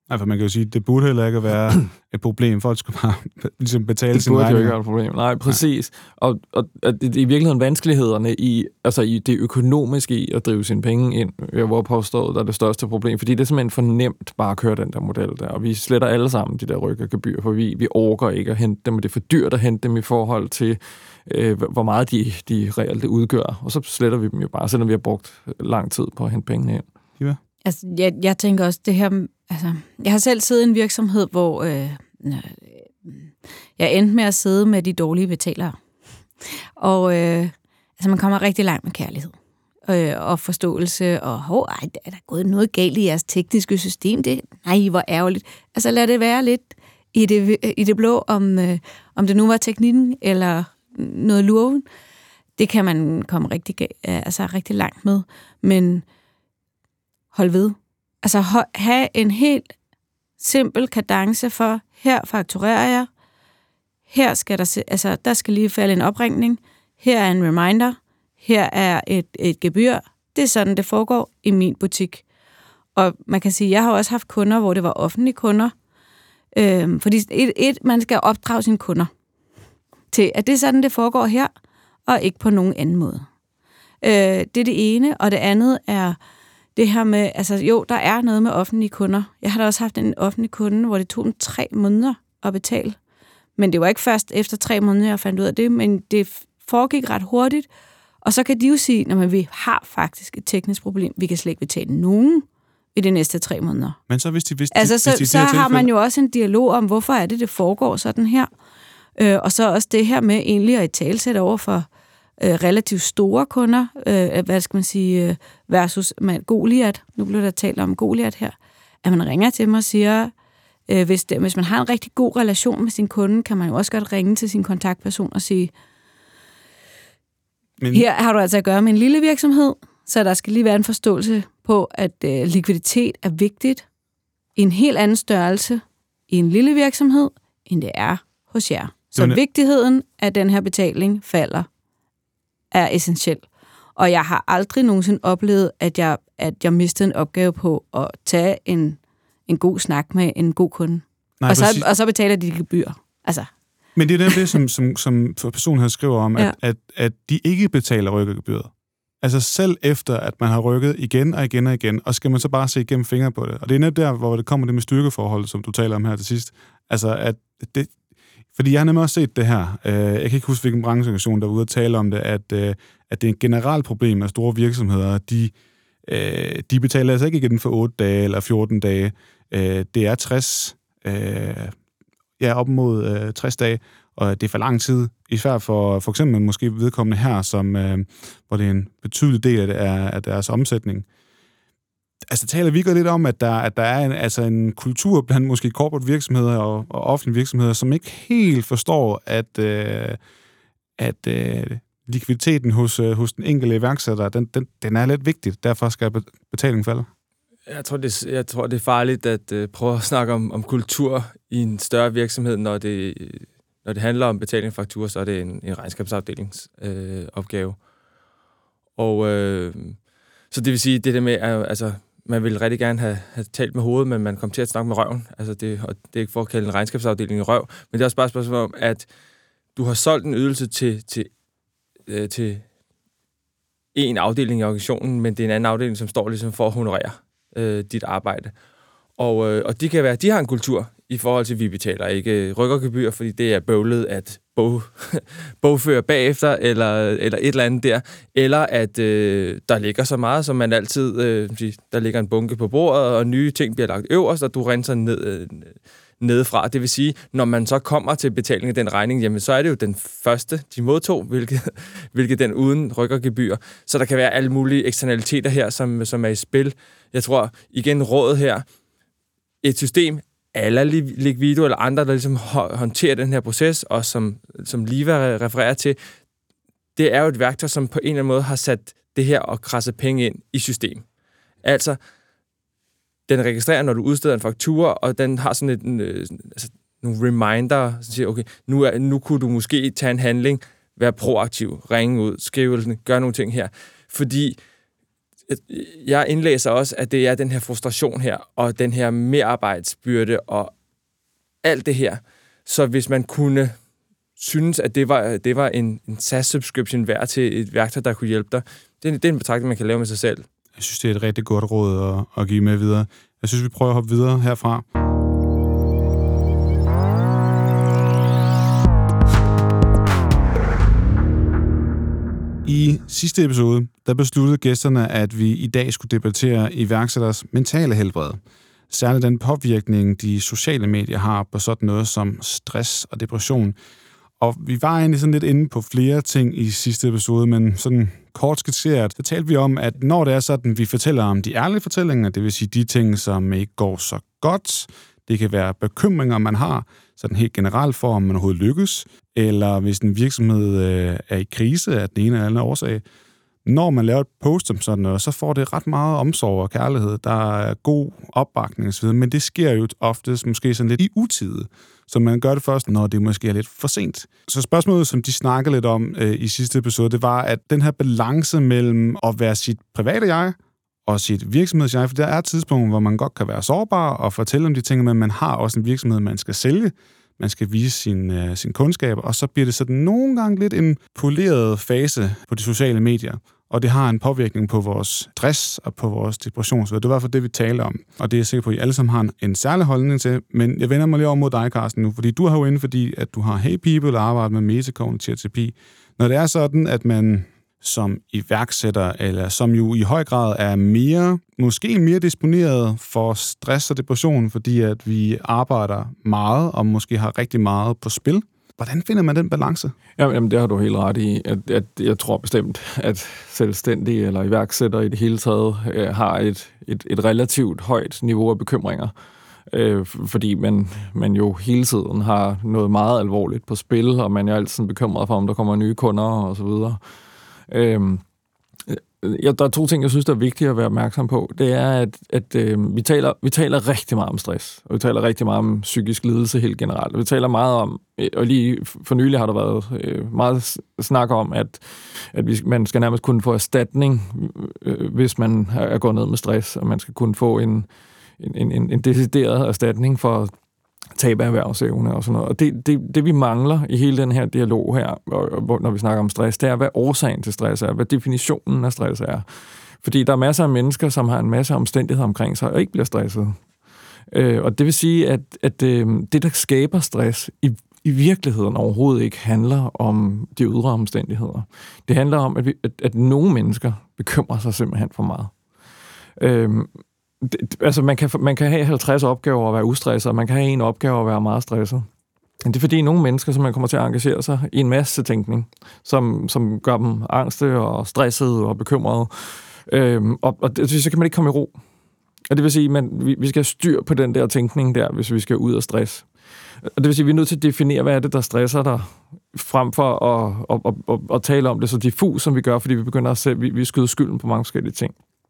Nej, for man kan jo sige, at det burde heller ikke være et problem. Folk skulle bare ligesom betale sin regning. Det burde jo ikke være et problem. Nej, præcis. Nej. Og, og, og det er i virkeligheden vanskelighederne i, altså i det økonomiske i at drive sine penge ind, hvor påstået, der er det største problem. Fordi det er simpelthen for nemt bare at køre den der model der. Og vi sletter alle sammen de der rykkergebyr, for vi, vi orker ikke at hente dem, og det er for dyrt at hente dem i forhold til, øh, hvor meget de, de reelt udgør. Og så sletter vi dem jo bare, selvom vi har brugt lang tid på at hente pengene ind. Ja. Altså, jeg, jeg tænker også, det her... Altså, jeg har selv siddet i en virksomhed, hvor øh, jeg endte med at sidde med de dårlige betalere. Og øh, altså, man kommer rigtig langt med kærlighed øh, og forståelse, og hov, ej, er der gået noget galt i jeres tekniske system? Det, nej, hvor ærgerligt. Altså, lad det være lidt i det, i det blå, om, øh, om det nu var teknikken eller noget lurven. Det kan man komme rigtig, altså, rigtig langt med, men hold ved. Altså have en helt simpel kadence for, her fakturerer jeg, her skal der, se, altså, der skal lige falde en opringning, her er en reminder, her er et, et gebyr. Det er sådan, det foregår i min butik. Og man kan sige, jeg har også haft kunder, hvor det var offentlige kunder, øhm, fordi et, et, man skal opdrage sine kunder til, at det er sådan, det foregår her, og ikke på nogen anden måde. Øh, det er det ene, og det andet er det her med, altså jo, der er noget med offentlige kunder. Jeg har da også haft en offentlig kunde, hvor det tog dem tre måneder at betale. Men det var ikke først efter tre måneder, jeg fandt ud af det, men det foregik ret hurtigt. Og så kan de jo sige, at vi har faktisk et teknisk problem. Vi kan slet ikke betale nogen i de næste tre måneder. Men så hvis de... Hvis de altså, så, hvis de så har tilfælde... man jo også en dialog om, hvorfor er det, det foregår sådan her. Øh, og så også det her med egentlig at italesætte over for øh, relativt store kunder, øh, hvad skal man sige, øh, versus man, Goliat. Nu blev der talt om Goliat her. At man ringer til mig og siger, øh, hvis, det, hvis man har en rigtig god relation med sin kunde, kan man jo også godt ringe til sin kontaktperson og sige, Men... her har du altså at gøre med en lille virksomhed, så der skal lige være en forståelse på, at øh, likviditet er vigtigt i en helt anden størrelse i en lille virksomhed, end det er hos jer. Så det... vigtigheden af den her betaling falder er essentiel. Og jeg har aldrig nogensinde oplevet, at jeg, at jeg mistede en opgave på at tage en, en god snak med en god kunde. Nej, og, så, og så betaler de gebyr. Altså. Men det er det, som, som, som personen her skriver om, ja. at, at, at de ikke betaler rykkergebyret. Altså selv efter, at man har rykket igen og igen og igen, og skal man så bare se igennem fingre på det. Og det er netop der, hvor det kommer det med styrkeforholdet, som du taler om her til sidst. Altså, at det... Fordi jeg har nemlig også set det her. Jeg kan ikke huske, hvilken brancheorganisation, der er ude at tale om det, at, at det er et generelt problem, at store virksomheder, de, de betaler altså ikke igen for otte dage eller fjorten dage. Det er tres, ja, op mod tres dage, og det er for lang tid. Især for for eksempel måske vedkommende her, som, hvor det er en betydelig del af, af deres omsætning. Altså taler vi lidt om, at der, at der er en, altså en kultur blandt måske corporate virksomheder og, og offentlige virksomheder, som ikke helt forstår, at, øh, at øh, likviditeten hos, øh, hos den enkelte iværksætter, den, den, den er lidt vigtig. Derfor skal betalingen falde. Jeg tror, det, jeg tror, det er farligt at øh, prøve at snakke om, om kultur i en større virksomhed, når det, når det handler om betaling af fakturer, så er det en, en regnskabsafdelingsopgave. Øh, opgave. og øh, så det vil sige, det der med, altså man vil rigtig gerne have, have talt med hovedet, men man kommer til at snakke med røven. Altså det, og det er ikke for at kalde en regnskabsafdeling i røv, men det er også bare et spørgsmål om, at du har solgt en ydelse til, til, øh, til en afdeling i organisationen, men det er en anden afdeling, som står ligesom for at honorere øh, dit arbejde. Og, øh, og de kan være, de har en kultur i forhold til, at vi betaler ikke rykkergebyr, fordi det er bøvlet at bog, bogføre bagefter, eller, eller et eller andet der, eller at øh, der ligger så meget, som man altid, øh, der ligger en bunke på bordet, og nye ting bliver lagt øverst, og du renser ned, øh, nedefra. Det vil sige, når man så kommer til betaling af den regning, jamen så er det jo den første, de modtog, hvilket, hvilket den uden rykkergebyr. Så der kan være alle mulige eksternaliteter her, som, som er i spil. Jeg tror, igen rådet her, et system, alle Liquido eller andre, der ligesom håndterer den her proces, og som, som Liva refererer til, det er jo et værktøj, som på en eller anden måde har sat det her og krasset penge ind i system. Altså, den registrerer, når du udsteder en faktura, og den har sådan et, en, altså, nogle reminder, som siger, okay, nu, er, nu kunne du måske tage en handling, være proaktiv, ringe ud, skrive, gøre nogle ting her. Fordi jeg indlæser også, at det er den her frustration her, og den her merarbejdsbyrde, og alt det her. Så hvis man kunne synes, at det var, det var en, en S A S-subscription værd til et værktøj, der kunne hjælpe dig, det, det er en betragtning, man kan lave med sig selv. Jeg synes, det er et rigtig godt råd at, at give med videre. Jeg synes, vi prøver at hoppe videre herfra. I sidste episode, der besluttede gæsterne, at vi i dag skulle debattere iværksætteres mentale helbred. Særligt den påvirkning, de sociale medier har på sådan noget som stress og depression. Og vi var egentlig sådan lidt inde på flere ting i sidste episode, men sådan kort skitseret, så talte vi om, at når det er sådan, vi fortæller om de ærlige fortællinger, det vil sige de ting, som ikke går så godt, det kan være bekymringer, man har, sådan helt generelt for, om man overhovedet lykkes, eller hvis en virksomhed øh, er i krise af den ene eller anden årsag. Når man laver et post om sådan noget, så får det ret meget omsorg og kærlighed. Der er god opbakning og så videre, men det sker jo oftest måske sådan lidt i utide. Så man gør det først, når det måske er lidt for sent. Så spørgsmålet, som de snakker lidt om øh, i sidste episode, det var, at den her balance mellem at være sit private jeg og sit virksomhedsjeg, for der er tidspunkter, hvor man godt kan være sårbar og fortælle om de ting, men man har også en virksomhed, man skal sælge. Man skal vise sin, øh, sin kundskaber, og så bliver det sådan nogle gange lidt en poleret fase på de sociale medier. Og det har en påvirkning på vores stress og på vores depression. Så det er i hvert fald det, vi taler om. Og det er jeg sikker på, at I alle sammen har en, en særlig holdning til. Men jeg vender mig lige over mod dig, Carsten, nu. Fordi du har jo inde, fordi at du har Hey People og arbejdet med metakognitiv terapi. Når det er sådan, at man som iværksætter, eller som jo i høj grad er mere, måske mere disponeret for stress og depression, fordi at vi arbejder meget, og måske har rigtig meget på spil. Hvordan finder man den balance? Jamen, det har du helt ret i. At, at jeg tror bestemt, at selvstændige eller iværksættere i det hele taget øh, har et, et, et relativt højt niveau af bekymringer. Øh, fordi man, man jo hele tiden har noget meget alvorligt på spil, og man er altid bekymret for, om der kommer nye kunder og så videre. Øh, Ja, der er to ting, jeg synes, der er vigtigt at være opmærksom på. Det er, at, at øh, vi, taler, vi taler rigtig meget om stress, og vi taler rigtig meget om psykisk lidelse helt generelt. Vi taler meget om, og lige for nylig har der været øh, meget snak om, at, at vi, man skal nærmest kunne få erstatning, øh, hvis man er gået ned med stress, og man skal kunne få en, en, en, en decideret erstatning for tab af erhvervsevne og sådan noget. Og det, det, det, vi mangler i hele den her dialog her, og, når vi snakker om stress, det er, hvad årsagen til stress er, hvad definitionen af stress er. Fordi der er masser af mennesker, som har en masse omstændigheder omkring sig, og ikke bliver stresset. Øh, og det vil sige, at, at øh, det, der skaber stress, i, i virkeligheden overhovedet ikke handler om de ydre omstændigheder. Det handler om, at, vi, at, at nogle mennesker bekymrer sig simpelthen for meget. Øh, Det, altså, man kan, man kan have halvtreds opgaver at være ustresset, og man kan have en opgave at være meget stresset. Men det er fordi nogle mennesker, som man kommer til at engagere sig i en masse tænkning, som, som gør dem angste og stressede og bekymrede. Øhm, og, og det, så kan man ikke komme i ro. Og det vil sige, at man, vi, vi skal have styr på den der tænkning der, hvis vi skal ud af stress. Og det vil sige, at vi er nødt til at definere, hvad er det, der stresser dig, frem for at, at, at, at, at tale om det så diffus, som vi gør, fordi vi begynder at se, vi, vi skyder skylden på mange forskellige ting.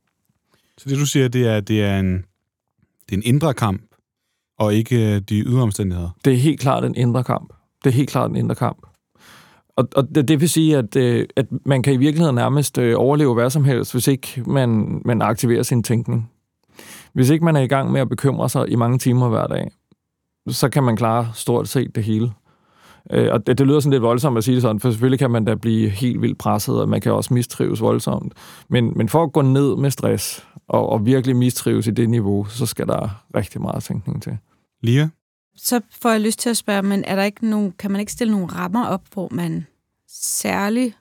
Så det, du siger, det er, det er, en, det er en indre kamp, og ikke de ydre omstændigheder? Det er helt klart en indre kamp. Det er helt klart en indre kamp. Og, og det, det vil sige, at, at man kan i virkeligheden nærmest overleve hvad som helst, hvis ikke man, man aktiverer sin tænkning. Hvis ikke man er i gang med at bekymre sig i mange timer hver dag, så kan man klare stort set det hele. Og det, det lyder sådan lidt voldsomt at sige det sådan, for selvfølgelig kan man da blive helt vildt presset, og man kan også mistrives voldsomt. Men, men for at gå ned med stress, og, og virkelig mistrives i det niveau, så skal der rigtig meget tænkning til. Lia? Så får jeg lyst til at spørge, men er der ikke nogen, kan man ikke stille nogle rammer op, hvor man særligt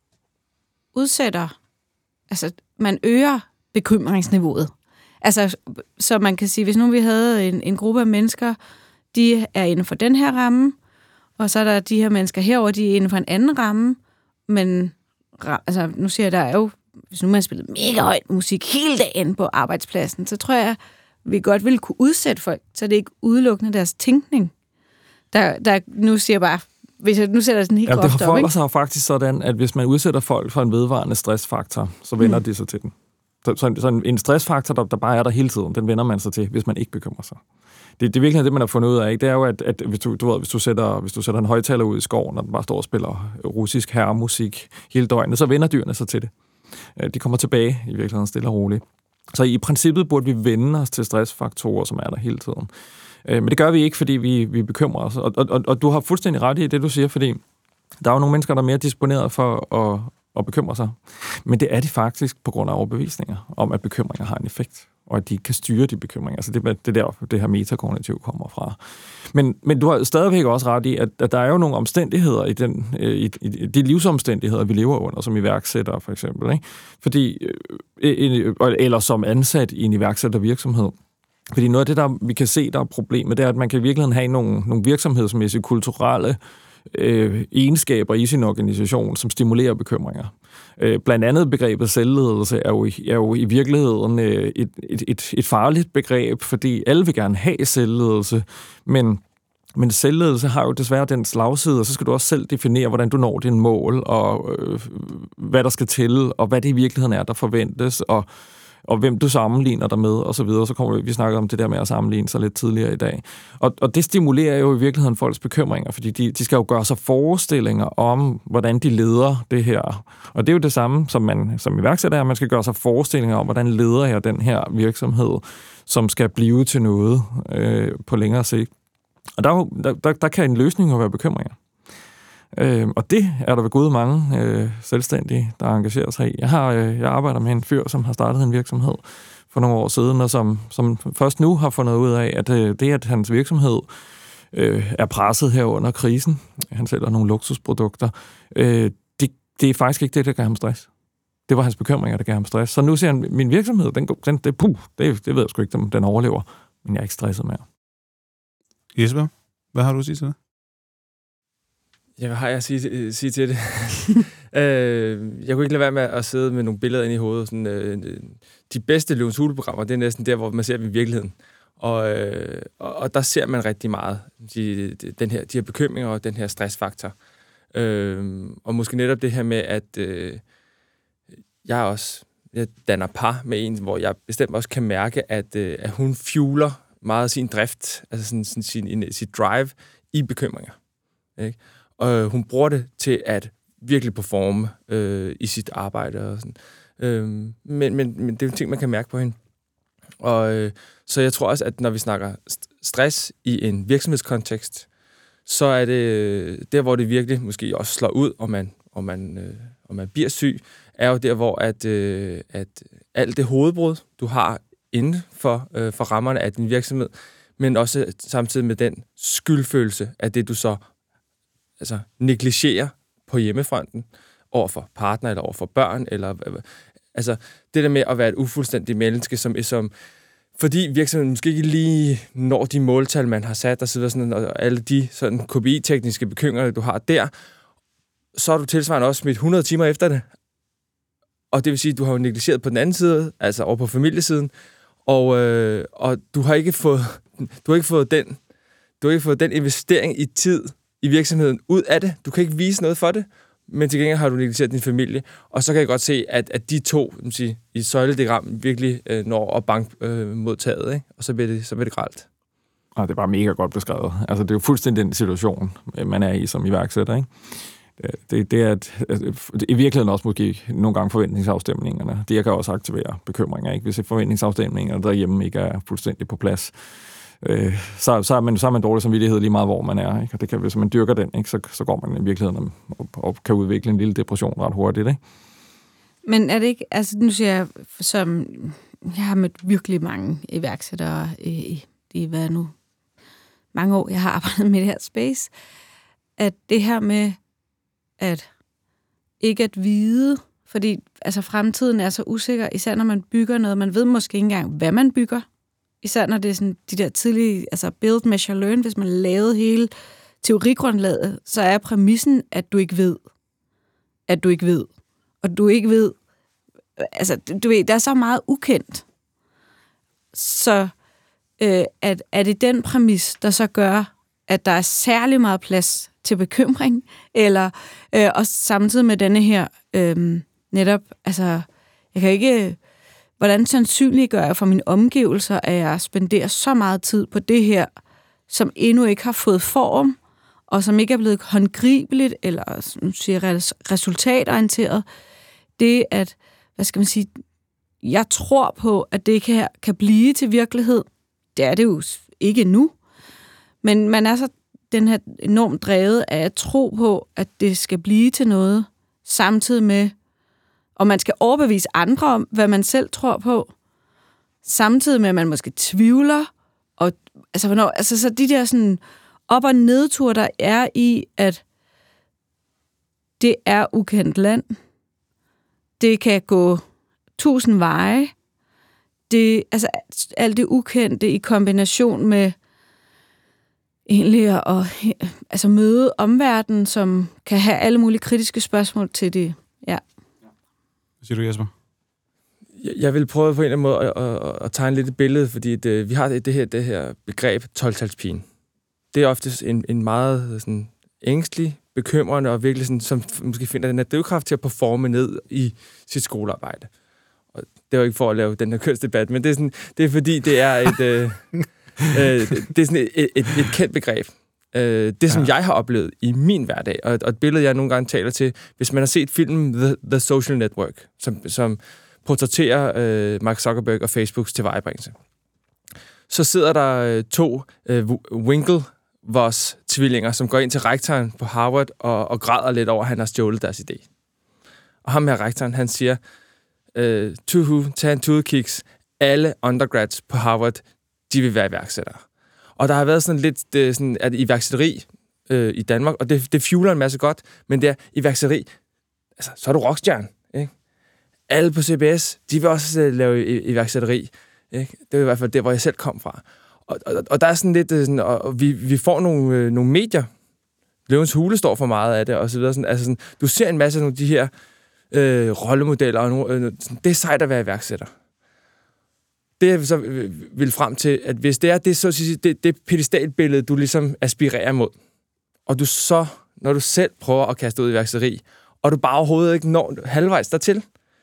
udsætter, altså man øger bekymringsniveauet? Altså, så man kan sige, hvis nu vi havde en, en gruppe af mennesker, de er inden for den her ramme, og så er der de her mennesker herover, de er inden for en anden ramme, men altså, nu siger jeg, der er jo, hvis nu man spiller mega højt musik hele dagen på arbejdspladsen, så tror jeg, vi godt ville kunne udsætte folk, så det er ikke udelukkende deres tænkning. Der, der nu siger jeg bare, hvis jeg nu sætter sådan helt groft op, ikke? Det forholder sig faktisk sådan, at hvis man udsætter folk for en vedvarende stressfaktor, så vender mm. de sig til den. Så, så, en, så en stressfaktor, der, der bare er der hele tiden, den vender man sig til, hvis man ikke bekymrer sig. Det, det er virkelig det, man har fundet ud af, ikke? Det er jo, at, at hvis, du, du ved, hvis, du sætter, hvis du sætter en højtaler ud i skoven, og den bare står og spiller russisk herremusik hele døgnet, så vender dyrene sig til det. De kommer tilbage i virkeligheden stille og roligt. Så i princippet burde vi vende os til stressfaktorer, som er der hele tiden. Men det gør vi ikke, fordi vi, vi bekymrer os. Og, og, og du har fuldstændig ret i det, du siger, fordi der er jo nogle mennesker, der er mere disponeret for at, at bekymre sig. Men det er de faktisk på grund af overbevisninger om, at bekymringer har en effekt, og at de kan styre de bekymringer. Altså det, det er der, det her metakognitiv kommer fra. Men, men du har stadigvæk også ret i, at, at der er jo nogle omstændigheder i, den, i, i de livsomstændigheder, vi lever under, som iværksættere for eksempel. Ikke? Fordi, eller som ansat i en iværksættervirksomhed. Fordi noget af det, der vi kan se, der er problemet, det er, at man kan i virkeligheden have nogle, nogle virksomhedsmæssige, kulturelle øh, egenskaber i sin organisation, som stimulerer bekymringer. Øh, blandt andet begrebet selvledelse er jo, er jo i virkeligheden øh, et, et, et, et farligt begreb, fordi alle vil gerne have selvledelse, men Men selvledelse har jo desværre den slagside, og så skal du også selv definere, hvordan du når dine mål, og øh, hvad der skal til, og hvad det i virkeligheden er, der forventes, og, og hvem du sammenligner dig med, og så videre. Så kommer vi, vi snakker om det der med at sammenligne sig lidt tidligere i dag. Og, og det stimulerer jo i virkeligheden folks bekymringer, fordi de, de skal jo gøre sig forestillinger om, hvordan de leder det her. Og det er jo det samme, som man som iværksætter er, man skal gøre sig forestillinger om, hvordan leder jeg den her virksomhed, som skal blive til noget øh, på længere sigt. Og der, der, der, der kan en løsning jo være bekymringer. Øh, og det er der ved gode mange øh, selvstændige, der engagerer sig i. Jeg, har, øh, jeg arbejder med en fyr, som har startet en virksomhed for nogle år siden, og som, som først nu har fundet ud af, at øh, det, at hans virksomhed øh, er presset her under krisen, han sælger nogle luksusprodukter, øh, det, det er faktisk ikke det, der gav ham stress. Det var hans bekymringer, der gav ham stress. Så nu siger han, min virksomhed, den, den, det, puh, det, det ved jeg sgu ikke, den overlever, men jeg er ikke stresset mere. Jesper, hvad har du at sige til det? Ja, hvad har jeg at sige, sige til det? øh, jeg kunne ikke lade være med at sidde med nogle billeder ind i hovedet. Sådan, øh, de bedste Løvens Hule-programmer, det er næsten der, hvor man ser dem i virkeligheden. Og, øh, og, og der ser man rigtig meget de, den her, de her bekymringer og den her stressfaktor. Øh, og måske netop det her med, at øh, jeg også jeg danner par med en, hvor jeg bestemt også kan mærke, at, øh, at hun fueler meget sin drift, altså sådan, sådan sin, sit drive i bekymringer. Ikke? Og hun bruger det til at virkelig performe øh, i sit arbejde. Og sådan. Øh, men, men, men det er jo ting, man kan mærke på hende. Og, øh, så jeg tror også, at når vi snakker stress i en virksomhedskontekst, så er det der, hvor det virkelig måske også slår ud, og man, og man, øh, og man bliver syg, er jo der, hvor at, øh, at alt det hovedbrud, du har inden for, øh, for rammerne af din virksomhed, men også samtidig med den skyldfølelse af det, du så altså, negligerer på hjemmefronten over for partner eller over for børn. Eller, altså, det der med at være et ufuldstændigt menneske, som, som fordi virksomheden måske ikke lige når de måltal, man har sat, og, sådan, og alle de sådan, K P I-tekniske bekymringer, du har der, så er du tilsvarende også smidt hundrede timer efter det. Og det vil sige, at du har jo negligeret på den anden side, altså over på familiesiden, og, øh, og du har ikke fået, du har ikke fået den, du har ikke fået den investering i tid i virksomheden ud af det. Du kan ikke vise noget for det, men til gengæld har du negligeret din familie. Og så kan jeg godt se, at, at de to sige, i søjlediagram virkelig øh, når at banke øh, mod taget, ikke? Og så bliver det, så bliver det grelt. Og det er bare mega godt beskrevet. Altså, det er jo fuldstændig den situation, man er i som iværksætter, ikke? Det, det er at, at, i virkeligheden også måske nogle gange forventningsafstemningerne. Det kan også aktivere bekymringer, ikke? Hvis forventningsafstemningerne derhjemme ikke er fuldstændig på plads, øh, så, så, er man, så er man dårlig samvittighed lige meget, hvor man er. Ikke? Og det kan, hvis man dyrker den, ikke? Så, så går man i virkeligheden og, og kan udvikle en lille depression ret hurtigt. Ikke? Men er det ikke, altså nu siger jeg, som jeg har mødt virkelig mange iværksættere i, i hvad nu, mange år, jeg har arbejdet med det her space, at det her med at ikke at vide, fordi altså, fremtiden er så usikker, især når man bygger noget. Man ved måske ikke engang, hvad man bygger. Især når det er sådan de der tidlige, altså build, measure, learn. Hvis man lavede hele teorigrundlaget, så er præmissen, at du ikke ved, at du ikke ved. Og du ikke ved, altså du ved, der er så meget ukendt. Så øh, at, er det den præmis, der så gør, at der er særlig meget plads til bekymring, eller øh, også samtidig med denne her øh, netop, altså, jeg kan ikke, hvordan sandsynliggør jeg for mine omgivelser, at jeg spenderer så meget tid på det her, som endnu ikke har fået form, og som ikke er blevet håndgribeligt, eller som siger, resultatorienteret. Det, at hvad skal man sige, jeg tror på, at det kan, kan blive til virkelighed. Det er det jo ikke nu. Men man er så den her enormt drevet af at tro på, at det skal blive til noget, samtidig med, og man skal overbevise andre om, hvad man selv tror på, samtidig med, at man måske tvivler, og altså, hvornår, altså så de der sådan op- og nedture, der er i, at det er ukendt land. Det kan gå tusind veje. Det, altså, alt det ukendte i kombination med egentlig at altså, møde omverdenen, som kan have alle mulige kritiske spørgsmål til det. Ja. Hvad siger du, Jesper? Jeg vil prøve på en eller anden måde at, at, at tegne lidt et billede, fordi det, vi har det her, det her begreb tolv-talspigen. Det er ofte en, en meget sådan, ængstelig, bekymrende og virkelig sådan, som måske finder den her drivkraft til at performe ned i sit skolearbejde. Og det er jo ikke for at lave den her kønsdebat, men det er, sådan, det er fordi, det er et, øh, øh, det er sådan et, et, et, et kendt begreb. Øh, det, som ja. jeg har oplevet i min hverdag, og, og et billede, jeg nogle gange taler til, hvis man har set filmen The, The Social Network, som, som portrætterer øh, Mark Zuckerberg og Facebooks tilvejebringelse, så sidder der øh, to øh, Winklevoss tvillinger, som går ind til rektoren på Harvard og, og græder lidt over, at han har stjålet deres idé. Og ham her rektoren, han siger, øh, tuhu, tag en tudekiks, alle undergrads på Harvard, de vil være iværksættere. Og der har været sådan lidt det, sådan, at iværksætteri øh, i Danmark, og det, det fueler en masse godt, men det er iværksætteri, altså, så er du rockstjerne, ikke? Alle på C B S, de vil også uh, lave iværksætteri, ikke? Det er i hvert fald det, hvor jeg selv kom fra. Og, og, og der er sådan lidt, sådan, og vi, vi får nogle, øh, nogle medier, Løvens Hule står for meget af det, og så videre. Sådan, altså sådan, du ser en masse af de her øh, rollemodeller, og nogle, øh, sådan, det er sejt at være iværksætter. Det jeg så vil frem til, at hvis det er det, så sige, det, det pedestalbillede, du ligesom aspirerer mod, og du så, når du selv prøver at kaste ud i iværksætteri, og du bare overhovedet ikke når halvvejs dertil,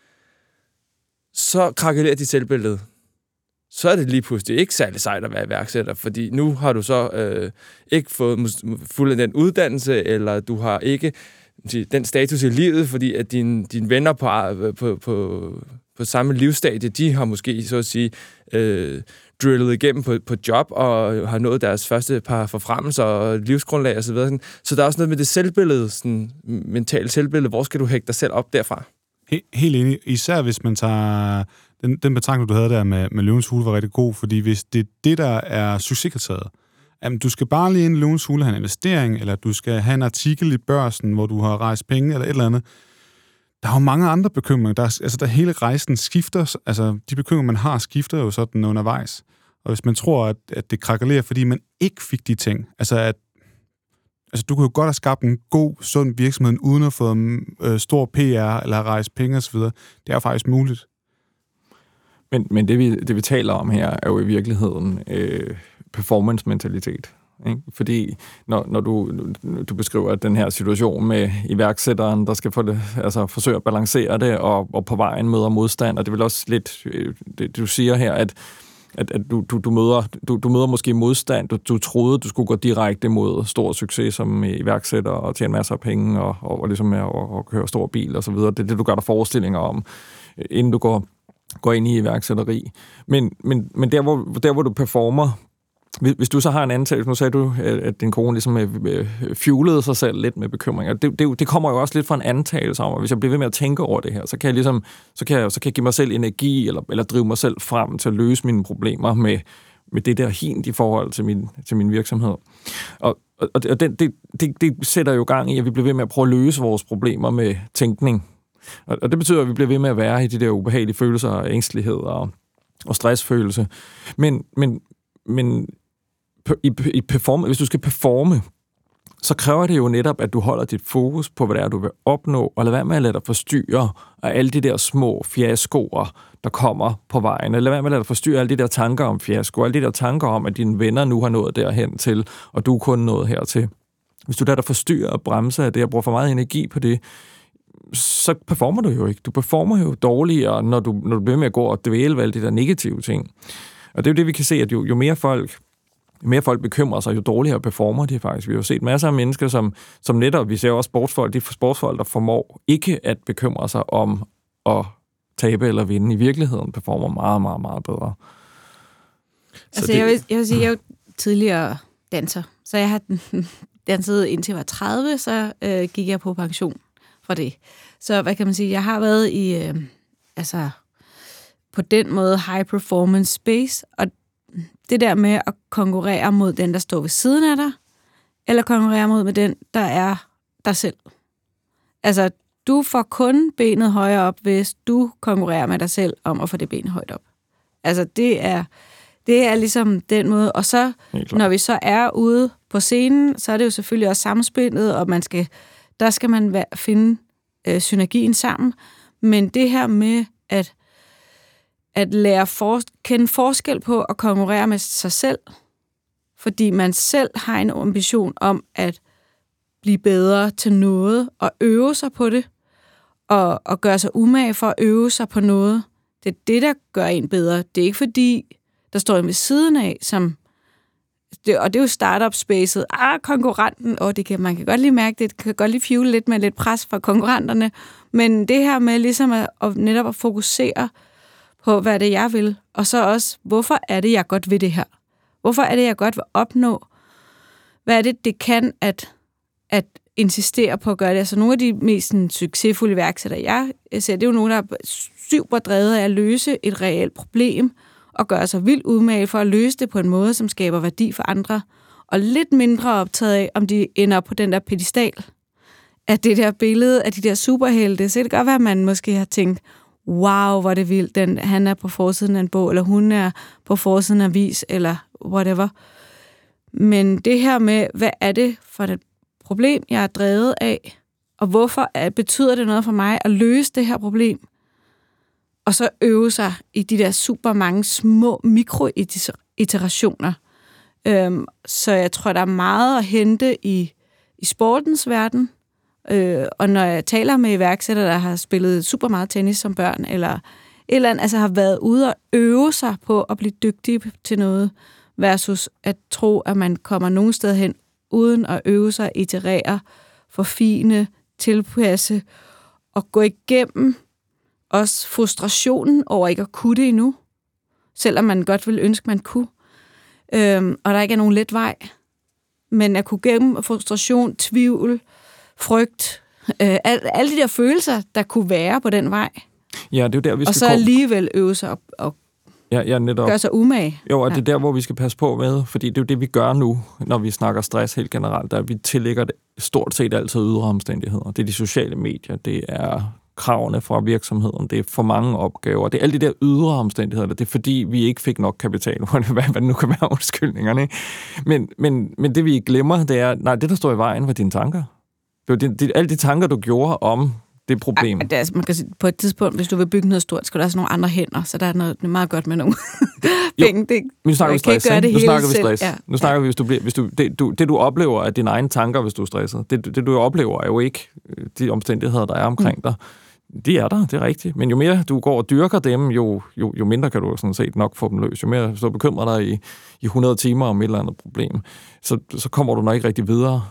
så krakelerer dit selvbillede. Så er det lige pludselig ikke særlig sejt at være iværksætter, fordi nu har du så øh, ikke fået fuld af den uddannelse, eller du har ikke den status i livet, fordi at dine, dine venner på, på, på, på samme livsstadie, de har måske, så at sige, øh, drillet igennem på, på job, og har nået deres første par forfremmelser og livsgrundlag osv. Så, så der er også noget med det selvbillede, sådan mentale selvbillede. Hvor skal du hægte dig selv op derfra? Helt enig. Især hvis man tager... Den, den betragtning, du havde der med, med Løvens Hule, var rigtig god, fordi hvis det er det, der er succeskriteriet, jamen, du skal bare lige ind i Løvens Hule have en investering, eller du skal have en artikel i Børsen, hvor du har rejst penge, eller et eller andet. Der er jo mange andre bekymringer. Der er, altså, der hele rejsen skifter, altså de bekymringer, man har, skifter jo sådan undervejs. Og hvis man tror, at, at det krakelerer, fordi man ikke fik de ting, altså at altså, du kan jo godt have skabt en god, sund virksomhed, uden at få øh, stor P R, eller have rejst penge osv. Det er jo faktisk muligt. Men, men det, vi, det, vi taler om her, er jo i virkeligheden øh, performance-mentalitet. Ikke? Fordi når, når du, du beskriver den her situation med iværksætteren, der skal få det, altså forsøge at balancere det, og, og på vejen møder modstand, og det er vel også lidt, øh, det du siger her, at, at, at du, du, du, møder, du, du møder måske modstand, du, du troede, du skulle gå direkte mod stor succes som iværksætter, og tjene masser af penge, og, og, og ligesom med at og køre stor bil og så videre. Det er det, du gør dig forestillinger om, inden du går går ind i iværksætteri. Men, men, men der, hvor, der, hvor du performer, hvis, hvis du så har en antagelse, nu sagde du, at din kone ligesom øh, fuelede sig selv lidt med bekymringer. Det, det, det kommer jo også lidt fra en antagelse om, at hvis jeg bliver ved med at tænke over det her, så kan jeg ligesom, så kan jeg, så kan jeg give mig selv energi, eller, eller drive mig selv frem til at løse mine problemer med, med det der hint i forhold til min, til min virksomhed. Og, og, det, det, det, det sætter jo gang i, at vi bliver ved med at prøve at løse vores problemer med tænkning. Og det betyder, at vi bliver ved med at være i de der ubehagelige følelser og ængstelighed og, og stressfølelse. Men, men, men i, i perform, hvis du skal performe, så kræver det jo netop, at du holder dit fokus på, hvad det er, du vil opnå, og lad være med at lade dig forstyrre af alle de der små fiaskoer, der kommer på vejen. Lad være med at lade dig forstyrre alle de der tanker om fiasko, alle de der tanker om, at dine venner nu har nået derhen til, og du kun nået hertil. Hvis du lader dig forstyrre og bremse af det, og bruger for meget energi på det, så performer du jo ikke. Du performer jo dårligere, når du, når du bliver med at gå og dvæle ved alle de der negative ting. Og det er jo det, vi kan se, at jo, jo mere folk jo mere folk bekymrer sig, jo dårligere performer de faktisk. Vi har jo set masser af mennesker, som, som netop, vi ser også sportsfolk, de sportsfolk, der formår ikke at bekymre sig om at tabe eller vinde. I virkeligheden performer meget, meget, meget bedre. Altså, det, jeg, vil, jeg vil sige, jeg er jo tidligere danser, så jeg har danset indtil jeg var tredive, så øh, gik jeg på pension for det. Så hvad kan man sige, jeg har været i, øh, altså på den måde high performance space, og det der med at konkurrere mod den, der står ved siden af dig, eller konkurrere mod med den, der er dig selv. Altså, du får kun benet højere op, hvis du konkurrerer med dig selv om at få det ben højt op. Altså, det er, det er ligesom den måde. Og så, når vi så er ude på scenen, så er det jo selvfølgelig også samspillet, og man skal, der skal man finde øh, synergien sammen. Men det her med at, at lære for, kende forskel på at konkurrere med sig selv, fordi man selv har en ambition om at blive bedre til noget, og øve sig på det, og, og gøre sig umage for at øve sig på noget. Det er det, der gør en bedre. Det er ikke fordi, der står en ved siden af, som det, og det er jo startup-spacet. Ah, konkurrenten, og det kan, man kan godt lige mærke, det kan godt lige fjule lidt med lidt pres fra konkurrenterne, men det her med ligesom at, at netop at fokusere på, hvad det er, jeg vil, og så også, hvorfor er det, jeg godt vil det her? Hvorfor er det, jeg godt vil opnå? Hvad er det, det kan at, at insistere på at gøre det? Altså nogle af de mest sådan, succesfulde iværksættere, jeg ser, det er jo nogen, der er super drevet af at løse et reelt problem, og gøre sig vildt umage for at løse det på en måde, som skaber værdi for andre, og lidt mindre optaget af, om de ender på den der pedestal af det der billede af de der superhelte. Så det kan godt være, at man måske har tænkt, wow, hvor er det vildt, den, han er på forsiden af en bog, eller hun er på forsiden af en avis, eller whatever. Men det her med, hvad er det for et problem, jeg er drevet af, og hvorfor er, betyder det noget for mig at løse det her problem, og så øve sig i de der super mange små mikroiterationer. Øhm, så jeg tror, der er meget at hente i, i sportens verden, øh, og når jeg taler med iværksættere, der har spillet super meget tennis som børn, eller et eller andet, altså har været ude og øve sig på at blive dygtige til noget, versus at tro, at man kommer nogen sted hen, uden at øve sig, iterere, forfine, tilpasse, og gå igennem også frustrationen over ikke at kunne det endnu, selvom man godt ville ønske, man kunne. Øhm, og der ikke er nogen let vej. Men at kunne gennem frustration, tvivl, frygt, øh, alle, alle de der følelser, der kunne være på den vej. Ja, det er jo der, vi skal og så komme. alligevel øve sig op og ja, ja, netop. gøre sig umage. Jo, og ja. det er der, hvor vi skal passe på med, fordi det er jo det, vi gør nu, når vi snakker stress helt generelt, der vi tillægger det stort set altid ydre omstændigheder. Det er de sociale medier, det er kravene fra virksomheden, det er for mange opgaver, det er alle de der ydre omstændigheder, det er fordi, vi ikke fik nok kapital, hvad det nu kan være undskyldningerne. Men, men, men det, vi glemmer, det er, nej, det, der står i vejen, var dine tanker. Det var det, det, alle de tanker, du gjorde om det problem. Ja, det er, man kan sige, på et tidspunkt, hvis du vil bygge noget stort, skal du også have nogle andre hænder, så der er noget meget godt med nogle penge. Det, nu snakker vi stress, ikke? Nu snakker vi stress. Ja. Nu snakker ja. vi, hvis du bliver, hvis du, det, du, det du oplever er dine egne tanker, hvis du er stresset. Det, det du oplever er jo ikke de omstændigheder, der er omkring mm. dig. De er der, det er rigtigt. Men jo mere du går og dyrker dem, jo, jo, jo mindre kan du sådan set nok få dem løs. Jo mere hvis du bekymrer dig i, i hundrede timer om et eller andet problem, så, så kommer du nok ikke rigtig videre.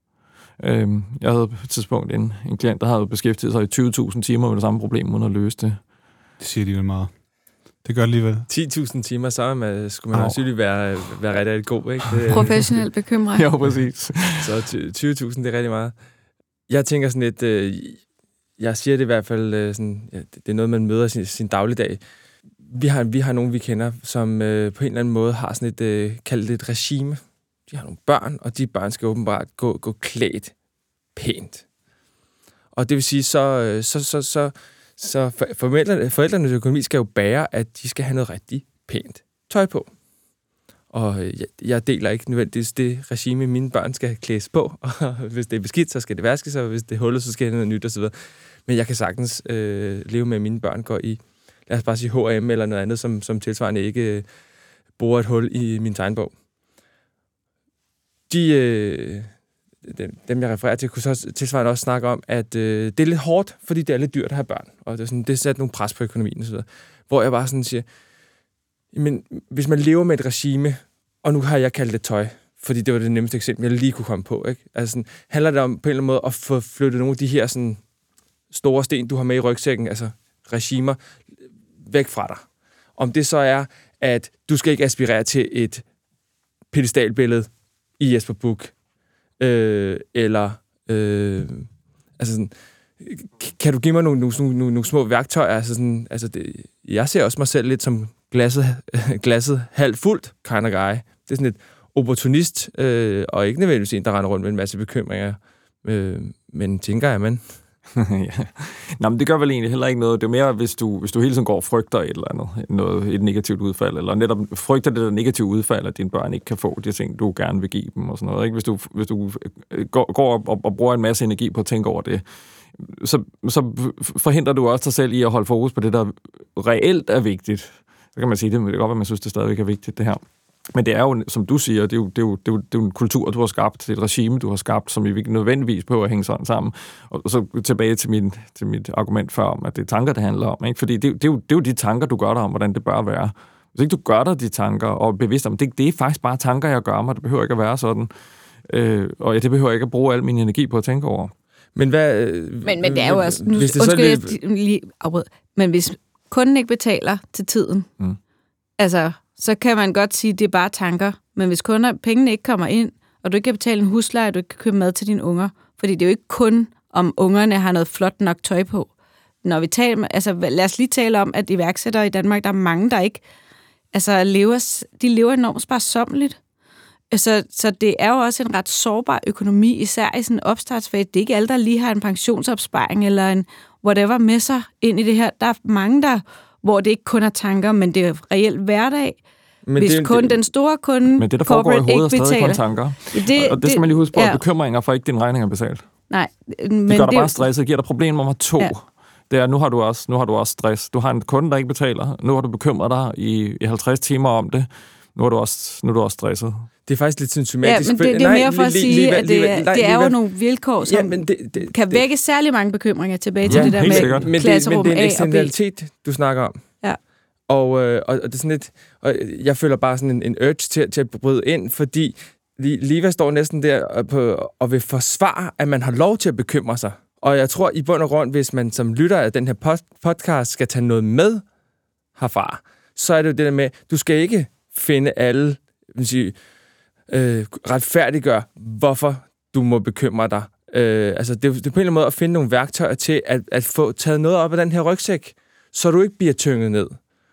Øhm, jeg havde på et tidspunkt en, en klient, der havde beskæftiget sig i tyve tusind timer med det samme problem, uden at løse det. Det siger de vel meget. Det gør det alligevel. ti tusind timer, så man, skulle man også være, være rigtig, rigtig god, ikke? Det, professionelt bekymret. Ja, præcis. Så tyve tusind, det er rigtig meget. Jeg tænker sådan lidt, øh, jeg siger det i hvert fald, øh, sådan, ja, det er noget, man møder i sin, sin dagligdag. Vi har, vi har nogen, vi kender, som øh, på en eller anden måde har sådan et, øh, kaldt et regime. De har nogle børn, og de børn skal åbenbart gå, gå klædt pænt. Og det vil sige, så, så, så, så, så forældrene, forældrenes økonomi skal jo bære, at de skal have noget rigtig pænt tøj på. Og jeg, jeg deler ikke nødvendigvis det regime, mine børn skal klædes på. Og hvis det er beskidt, så skal det vaskes, og hvis det er hullet, så skal det noget nyt osv. Men jeg kan sagtens øh, leve med, at mine børn går i, lad os bare sige H og M eller noget andet, som, som tilsvarende ikke øh, borer et hul i min tegnbog. De, øh, dem, jeg refererer til, kunne så tilsvarende også snakke om, at øh, det er lidt hårdt, fordi det er lidt dyrt at have børn. Og det er, sådan, det er sat nogle pres på økonomien osv. Hvor jeg bare sådan siger, men hvis man lever med et regime, og nu har jeg kaldt det tøj, fordi det var det nemmeste eksempel, jeg lige kunne komme på, ikke? Altså sådan, handler det om på en eller anden måde at få flyttet nogle af de her sådan, store sten, du har med i rygsækken, altså regimer væk fra dig. Om det så er, at du skal ikke aspirere til et pedestalbillede i Jesper Buch, øh, eller øh, altså sådan, kan du give mig nogle, nogle, nogle, nogle små værktøjer? Altså sådan, altså det, jeg ser også mig selv lidt som glasset, glasset halvt fuldt kind of guy. Det er sådan et opportunist, øh, og ikke nødvendigvis en, der render rundt med en masse bekymringer. Øh, men tænker jeg, man... ja. Nå, men det gør vel egentlig heller ikke noget. Det er mere, hvis du, hvis du hele tiden går og frygter et eller andet, noget, et negativt udfald, eller netop frygter det der negative udfald, at dine børn ikke kan få de ting, du gerne vil give dem, og sådan noget. Ikke? Hvis du, hvis du går, går og, og bruger en masse energi på at tænke over det, så, så forhindrer du også dig selv i at holde fokus på det, der reelt er vigtigt. Så kan man sige det, men det kan godt være, man synes, det stadigvæk er vigtigt, det her. Men det er jo, som du siger, det er jo, det er jo, det er jo, det er jo en kultur, du har skabt, det er et regime, du har skabt, som ikke nødvendigvis behøver at hænge sådan sammen. Og så tilbage til, min, til mit argument før om, at det er tanker, det handler om. Ikke? Fordi det, det, er jo, det er jo de tanker, du gør dig om, hvordan det bør være. Hvis ikke du gør dig de tanker, og er bevidst om, det, det er faktisk bare tanker, jeg gør mig, det behøver ikke at være sådan. Øh, og ja, det behøver ikke at bruge al min energi på at tænke over. Men hvad... Men, men det er jo også... Nu, hvis det undskyld, så jeg lige afbrød. Men hvis kunden ikke betaler til tiden, mm. altså... så kan man godt sige, at det er bare tanker. Men hvis kunder, pengene ikke kommer ind, og du ikke kan betale en husleje, og du ikke kan købe mad til dine unger, fordi det er jo ikke kun, om ungerne har noget flot nok tøj på. Når vi taler, altså lad os lige tale om, at iværksættere i Danmark, der er mange, der ikke, altså lever, de lever enormt sparsommeligt. Så, så det er jo også en ret sårbar økonomi, især i sådan en opstartsfase. Det er ikke alle, der lige har en pensionsopsparing, eller en whatever med sig ind i det her. Der er mange, der hvor det ikke kun er tanker, men det er reelt hverdag. Men hvis det, kun det, den store kunde, men det, der foregår i hovedet, er stadig kun tanker. Det, og det skal man lige huske på, at ja. bekymringer for ikke din regning er betalt. Nej. Men det gør dig bare stresset. Det giver dig problem nummer to. Ja. Det er, nu har, du også, nu har du også stress. Du har en kunde, der ikke betaler. Nu har du bekymret dig i, i halvtreds timer om det. Nu er du også, nu er du også stresset. Det er faktisk lidt symptomatisk. Ja, men det, det er mere for at sige, lige, at det, er, det er jo nogle vilkår, som ja, men det, det, kan vække det, særlig mange bekymringer tilbage ja, til det der med sikkert. Men det, men det er en eksternalitet, du snakker om. Ja. Og, øh, og det er sådan lidt, og jeg føler bare sådan en, en urge til, til at bryde ind, fordi Liva står næsten der på, og vil forsvare, at man har lov til at bekymre sig. Og jeg tror i bund og grund, hvis man som lytter af den her podcast skal tage noget med herfra, så er det jo det der med, du skal ikke finde alle, vil sige, øh, retfærdiggøre, hvorfor du må bekymre dig. Øh, altså det, det er på en eller anden måde at finde nogle værktøjer til at, at få taget noget op af den her rygsæk, så du ikke bliver tynget ned.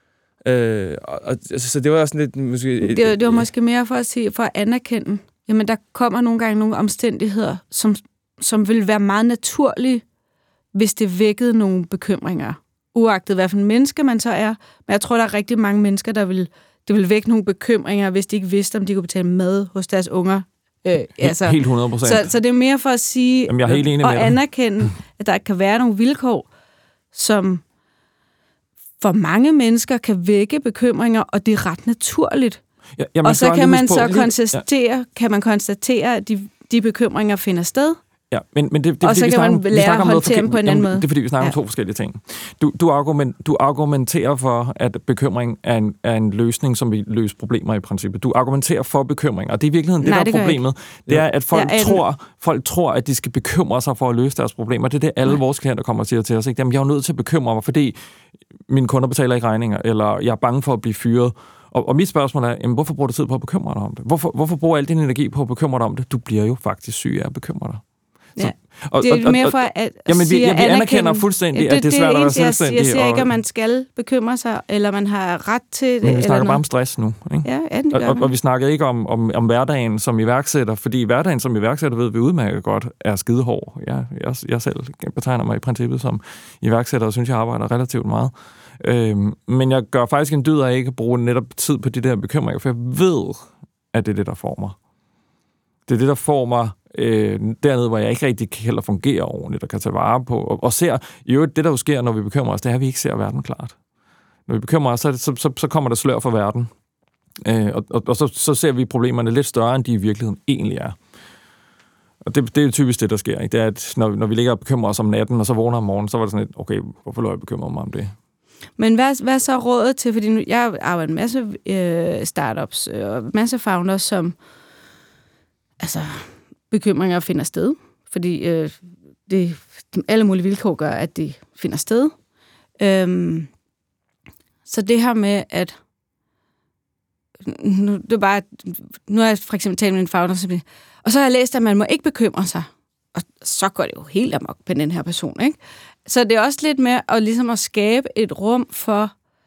Øh, og, altså, så det var også lidt... Måske, et, det, var, det var måske mere for at sige, for at anerkende, jamen der kommer nogle gange nogle omstændigheder, som, som vil være meget naturlige, hvis det vækkede nogle bekymringer. Uagtet hvad for en menneske man så er. Men jeg tror, der er rigtig mange mennesker, der vil, det vil vække nogle bekymringer, hvis de ikke vidste, om de kunne betale mad hos deres unger. Øh, altså, helt hundrede procent. Så, så det er mere for at sige, jamen, jeg er helt enig og anerkende, at der kan være nogle vilkår, som for mange mennesker kan vække bekymringer, og det er ret naturligt. Ja, jamen, og så kan man så konstatere, ja. kan man konstatere, at de, de bekymringer finder sted. Ja, men, men det, det er og fordi, så kan man vi lære snakker at håndtere dem på en anden måde. Det er fordi, vi snakker ja. om to forskellige ting. Du, du, argument, du argumenterer for, at bekymring er en, er en løsning, som vil løse problemer i princippet. Du argumenterer for bekymring, og det er i virkeligheden det, Nej, der det er problemet. Det er, at folk, ja, tror, folk tror, at de skal bekymre sig for at løse deres problemer. Det er det, alle ja. vores klienter kommer og siger til os. Ikke? Jamen, jeg er nødt til at bekymre mig, fordi mine kunder betaler ikke regninger, eller jeg er bange for at blive fyret. Og, og mit spørgsmål er, jamen, hvorfor bruger du tid på at bekymre dig om det? Hvorfor, hvorfor bruger al din energi på at bekymre dig om det? Du bliver jo faktisk syg af at bekymre dig. Ja. Og, det er mere for at, at jamen, sige, vi, ja, vi anerkender anerkende. fuldstændig, det, at det er svært det, at være Jeg, selvstændig. jeg siger og, ikke, at man skal bekymre sig, eller man har ret til det. Men vi snakker eller bare om stress nu. Ikke? Ja, ja, det gør og, og vi snakker ikke om, om, om hverdagen som iværksætter, fordi hverdagen som iværksætter ved vi udmærket godt er skidehård. Jeg, jeg, jeg selv betegner mig i princippet som iværksætter, og synes, jeg arbejder relativt meget. Øhm, men jeg gør faktisk en dyd af ikke at bruge netop tid på de der bekymringer, for jeg ved, at det er det, der får mig. Det er det, der får mig øh, dernede, hvor jeg ikke rigtig heller fungerer ordentligt og kan tage vare på. Og, og ser, i øvrigt, det der jo sker, når vi bekymrer os, det er, at vi ikke ser verden klart. Når vi bekymrer os, så, så, så, så kommer der slør for verden. Øh, og og, og så, så ser vi problemerne lidt større, end de i virkeligheden egentlig er. Og det, det er jo typisk det, der sker. Ikke? Det er, at når, når vi ligger og bekymrer os om natten, og så vågner om morgenen, så var det sådan lidt, okay, hvorfor lå jeg bekymret mig om det? Men hvad, hvad er så rådet til? Fordi nu, jeg arbejder en masse øh, startups og en masse founders, som altså, bekymringer finder sted. Fordi øh, det, alle mulige vilkår gør, at det finder sted. Øhm, så det her med, at nu, det er bare, nu har jeg for eksempel talt med en faglig, og så har jeg læst, at man må ikke bekymre sig. Og så går det jo helt amok på den her person, ikke? Så det er også lidt med at, ligesom at skabe et rum for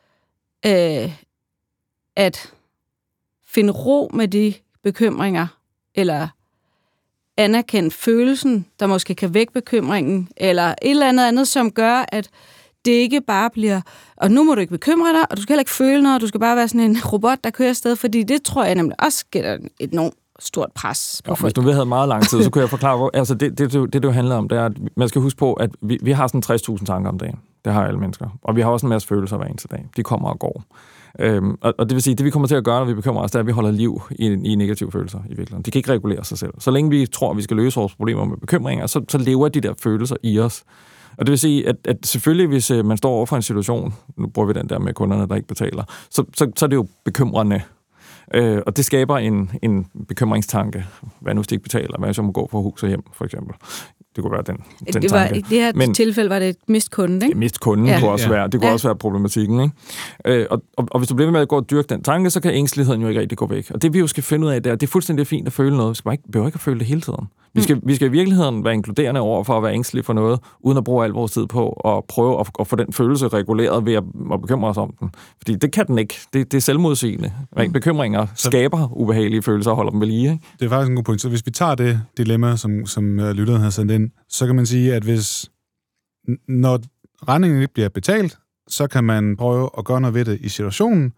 øh, at finde ro med de bekymringer, eller anerkende følelsen, der måske kan vække bekymringen, eller et eller andet andet, som gør, at det ikke bare bliver, og nu må du ikke bekymre dig, og du skal heller ikke føle noget, du skal bare være sådan en robot, der kører afsted, fordi det tror jeg nemlig også giver et enormt stort pres på jo, folk. Hvis du havde meget lang tid, så kunne jeg forklare, hvor, altså det, det, det, det, det jo handler om, det er, at man skal huske på, at vi, vi har sådan tres tusind tanker om dagen. Det har alle mennesker. Og vi har også en masse følelser hver eneste dag. De kommer og går. Øhm, og, og det vil sige, det vi kommer til at gøre, når vi bekymrer os, det er, at vi holder liv i, i negative følelser i virkeligheden. De kan ikke regulere sig selv. Så længe vi tror, at vi skal løse vores problemer med bekymringer, så, så lever de der følelser i os. Og det vil sige, at, at selvfølgelig, hvis uh, man står over for en situation, nu bruger vi den der med kunderne, der ikke betaler, så, så, så er det jo bekymrende. Øh, og det skaber en, en bekymringstanke. Hvad nu, hvis de ikke betaler? Hvad hvis jeg må gå fra hus og hjem, for eksempel? Det kunne være den, den det var, tanke. I det her Men, tilfælde var det et mist kunden, ikke? Mist kunden ja. kunne også ja. være. Det kunne ja. også være problematikken, ikke? Øh, og, og, og hvis du bliver ved med at gå og dyrke den tanke, så kan ængsteligheden jo ikke rigtig gå væk. Og det vi jo skal finde ud af, det er, det er fuldstændig fint at føle noget. Vi skal bare ikke, behøver ikke at føle det hele tiden. Vi skal, mm. vi skal i virkeligheden være inkluderende over for at være ængstelig for noget, uden at bruge al vores tid på at prøve at, at få den følelse reguleret ved at, at bekymre os om den. Fordi det kan den ikke. Det, det er selvmodsigende. Mm. Bekymringer skaber ubehagelige følelser og holder dem ved lige, ikke? Det er faktisk en god point. Så hvis vi tager det dilemma, som, som lytteren har sendt ind, så kan man sige, at hvis når regningen ikke bliver betalt, så kan man prøve at gøre noget ved det i situationen,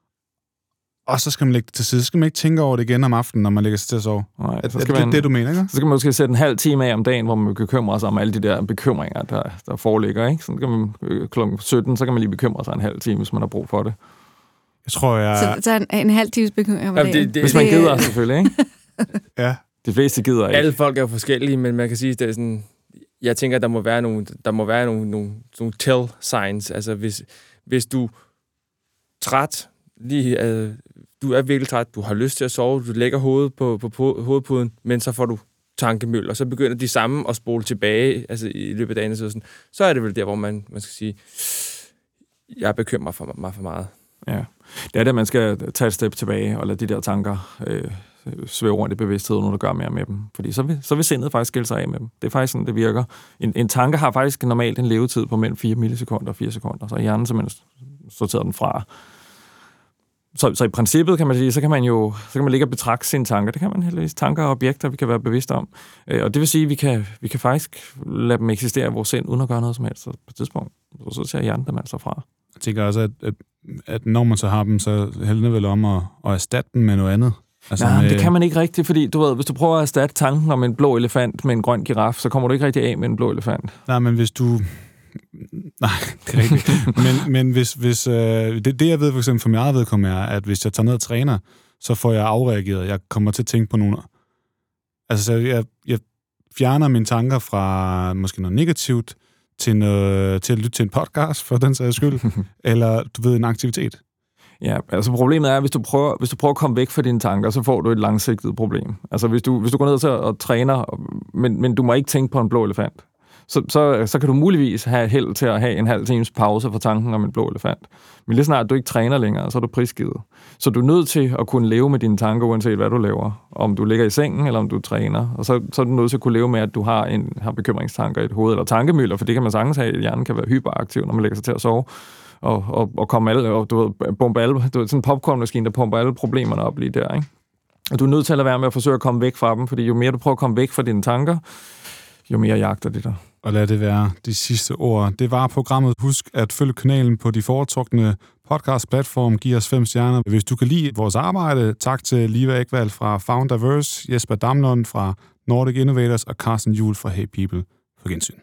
og så skal man lægge det til side. Så skal man ikke tænke over det igen om aftenen, når man lægger sig til at sove. Nej, er, så skal er det man, det, du mener, ikke? Så skal man måske sætte en halv time af om dagen, hvor man bekymrer sig om alle de der bekymringer, der, der foreligger, ikke? Så kan man klokken sytten, så kan man lige bekymre sig en halv time, hvis man har brug for det. Jeg tror, jeg... Så, så en, en halv times bekymring om Jamen, det, det, hvis man gider, selvfølgelig, ikke? Ja. De fleste gider ikke. Alle folk er jo forskellige, men man kan sige, at det er sådan... Jeg tænker, der må være nogle, der må være nogle, nogle, nogle tell signs. Altså, hvis, hvis du er træt, lige, øh, du er virkelig træt, du har lyst til at sove, du lægger hovedet på, på, på hovedpuden, men så får du tankemøl, og så begynder de samme at spole tilbage altså i løbet af dagen. Så, sådan, så er det vel der, hvor man, man skal sige, jeg bekymrer for mig for meget. Ja, det er det, man skal tage et step tilbage og lade de der tanker øh, svæve rundt i bevidstheden, når du gør mere med dem. Fordi så vil, så vil sindet faktisk skille sig af med dem. Det er faktisk sådan, det virker. En, en tanke har faktisk normalt en levetid på mellem fire millisekunder og fire sekunder, så hjernen simpelthen sorterer den fra. Så, så i princippet kan man sige, så kan man jo så kan man ligge og betragte sine tanker. Det kan man heldigvis. Tanker og objekter, vi kan være bevidste om. Øh, og det vil sige, at vi kan, vi kan faktisk lade dem eksistere i vores sind, uden at gøre noget som helst. Så på et tidspunkt, så ser hjernen dem altså fra. Jeg tænker også, at, at, at når man så har dem, så handler det vel om at, at erstatte dem med noget andet. Altså Nej, med... det kan man ikke rigtigt, fordi du ved, hvis du prøver at erstatte tanken om en blå elefant med en grøn giraf, så kommer du ikke rigtig af med en blå elefant. Nej, men hvis du... Nej, det er rigtigt. men, men hvis... hvis øh, det, det, jeg ved for eksempel for mit eget vedkommende, er, at hvis jeg tager ned og træner, så får jeg afreageret. Jeg kommer til at tænke på nogle... Altså, jeg, jeg fjerner mine tanker fra måske noget negativt, til, noget, til at lytte til en podcast, for den sags skyld, eller, du ved, en aktivitet. Ja, altså problemet er, at hvis du prøver, hvis du prøver at komme væk fra dine tanker, så får du et langsigtet problem. Altså hvis du, hvis du går ned til og træner, men, men du må ikke tænke på en blå elefant, så, så, så kan du muligvis have held til at have en halv times pause for tanken om en blå elefant. Men lige snart du ikke træner længere, så er du prisgivet. Så du er nødt til at kunne leve med dine tanker, uanset hvad du laver. Om du ligger i sengen, eller om du træner. Og så, så er du nødt til at kunne leve med, at du har, en, har bekymringstanker i et hoved, eller tankemøller, for det kan man sagtens have. Hjernen kan være hyperaktiv, når man lægger sig til at sove. Og, og, og komme alle, og du ved, bombe alle, du ved, sådan en popcornmaskine, der pumper alle problemerne op lige der, ikke? Og du er nødt til at lade være med at forsøge at komme væk fra dem, fordi jo mere du prøver at komme væk fra dine tanker, jo mere jagter de der. Og lad det være de sidste ord. Det var programmet. Husk at følge kanalen på de foretrukne podcast-platform. Giv os fem stjerner. Hvis du kan lide vores arbejde, tak til Liva Ekvald fra Foundaverse, Jesper Damlund fra Nordic Innovators og Carsten Juhl fra Hey People. På gensyn.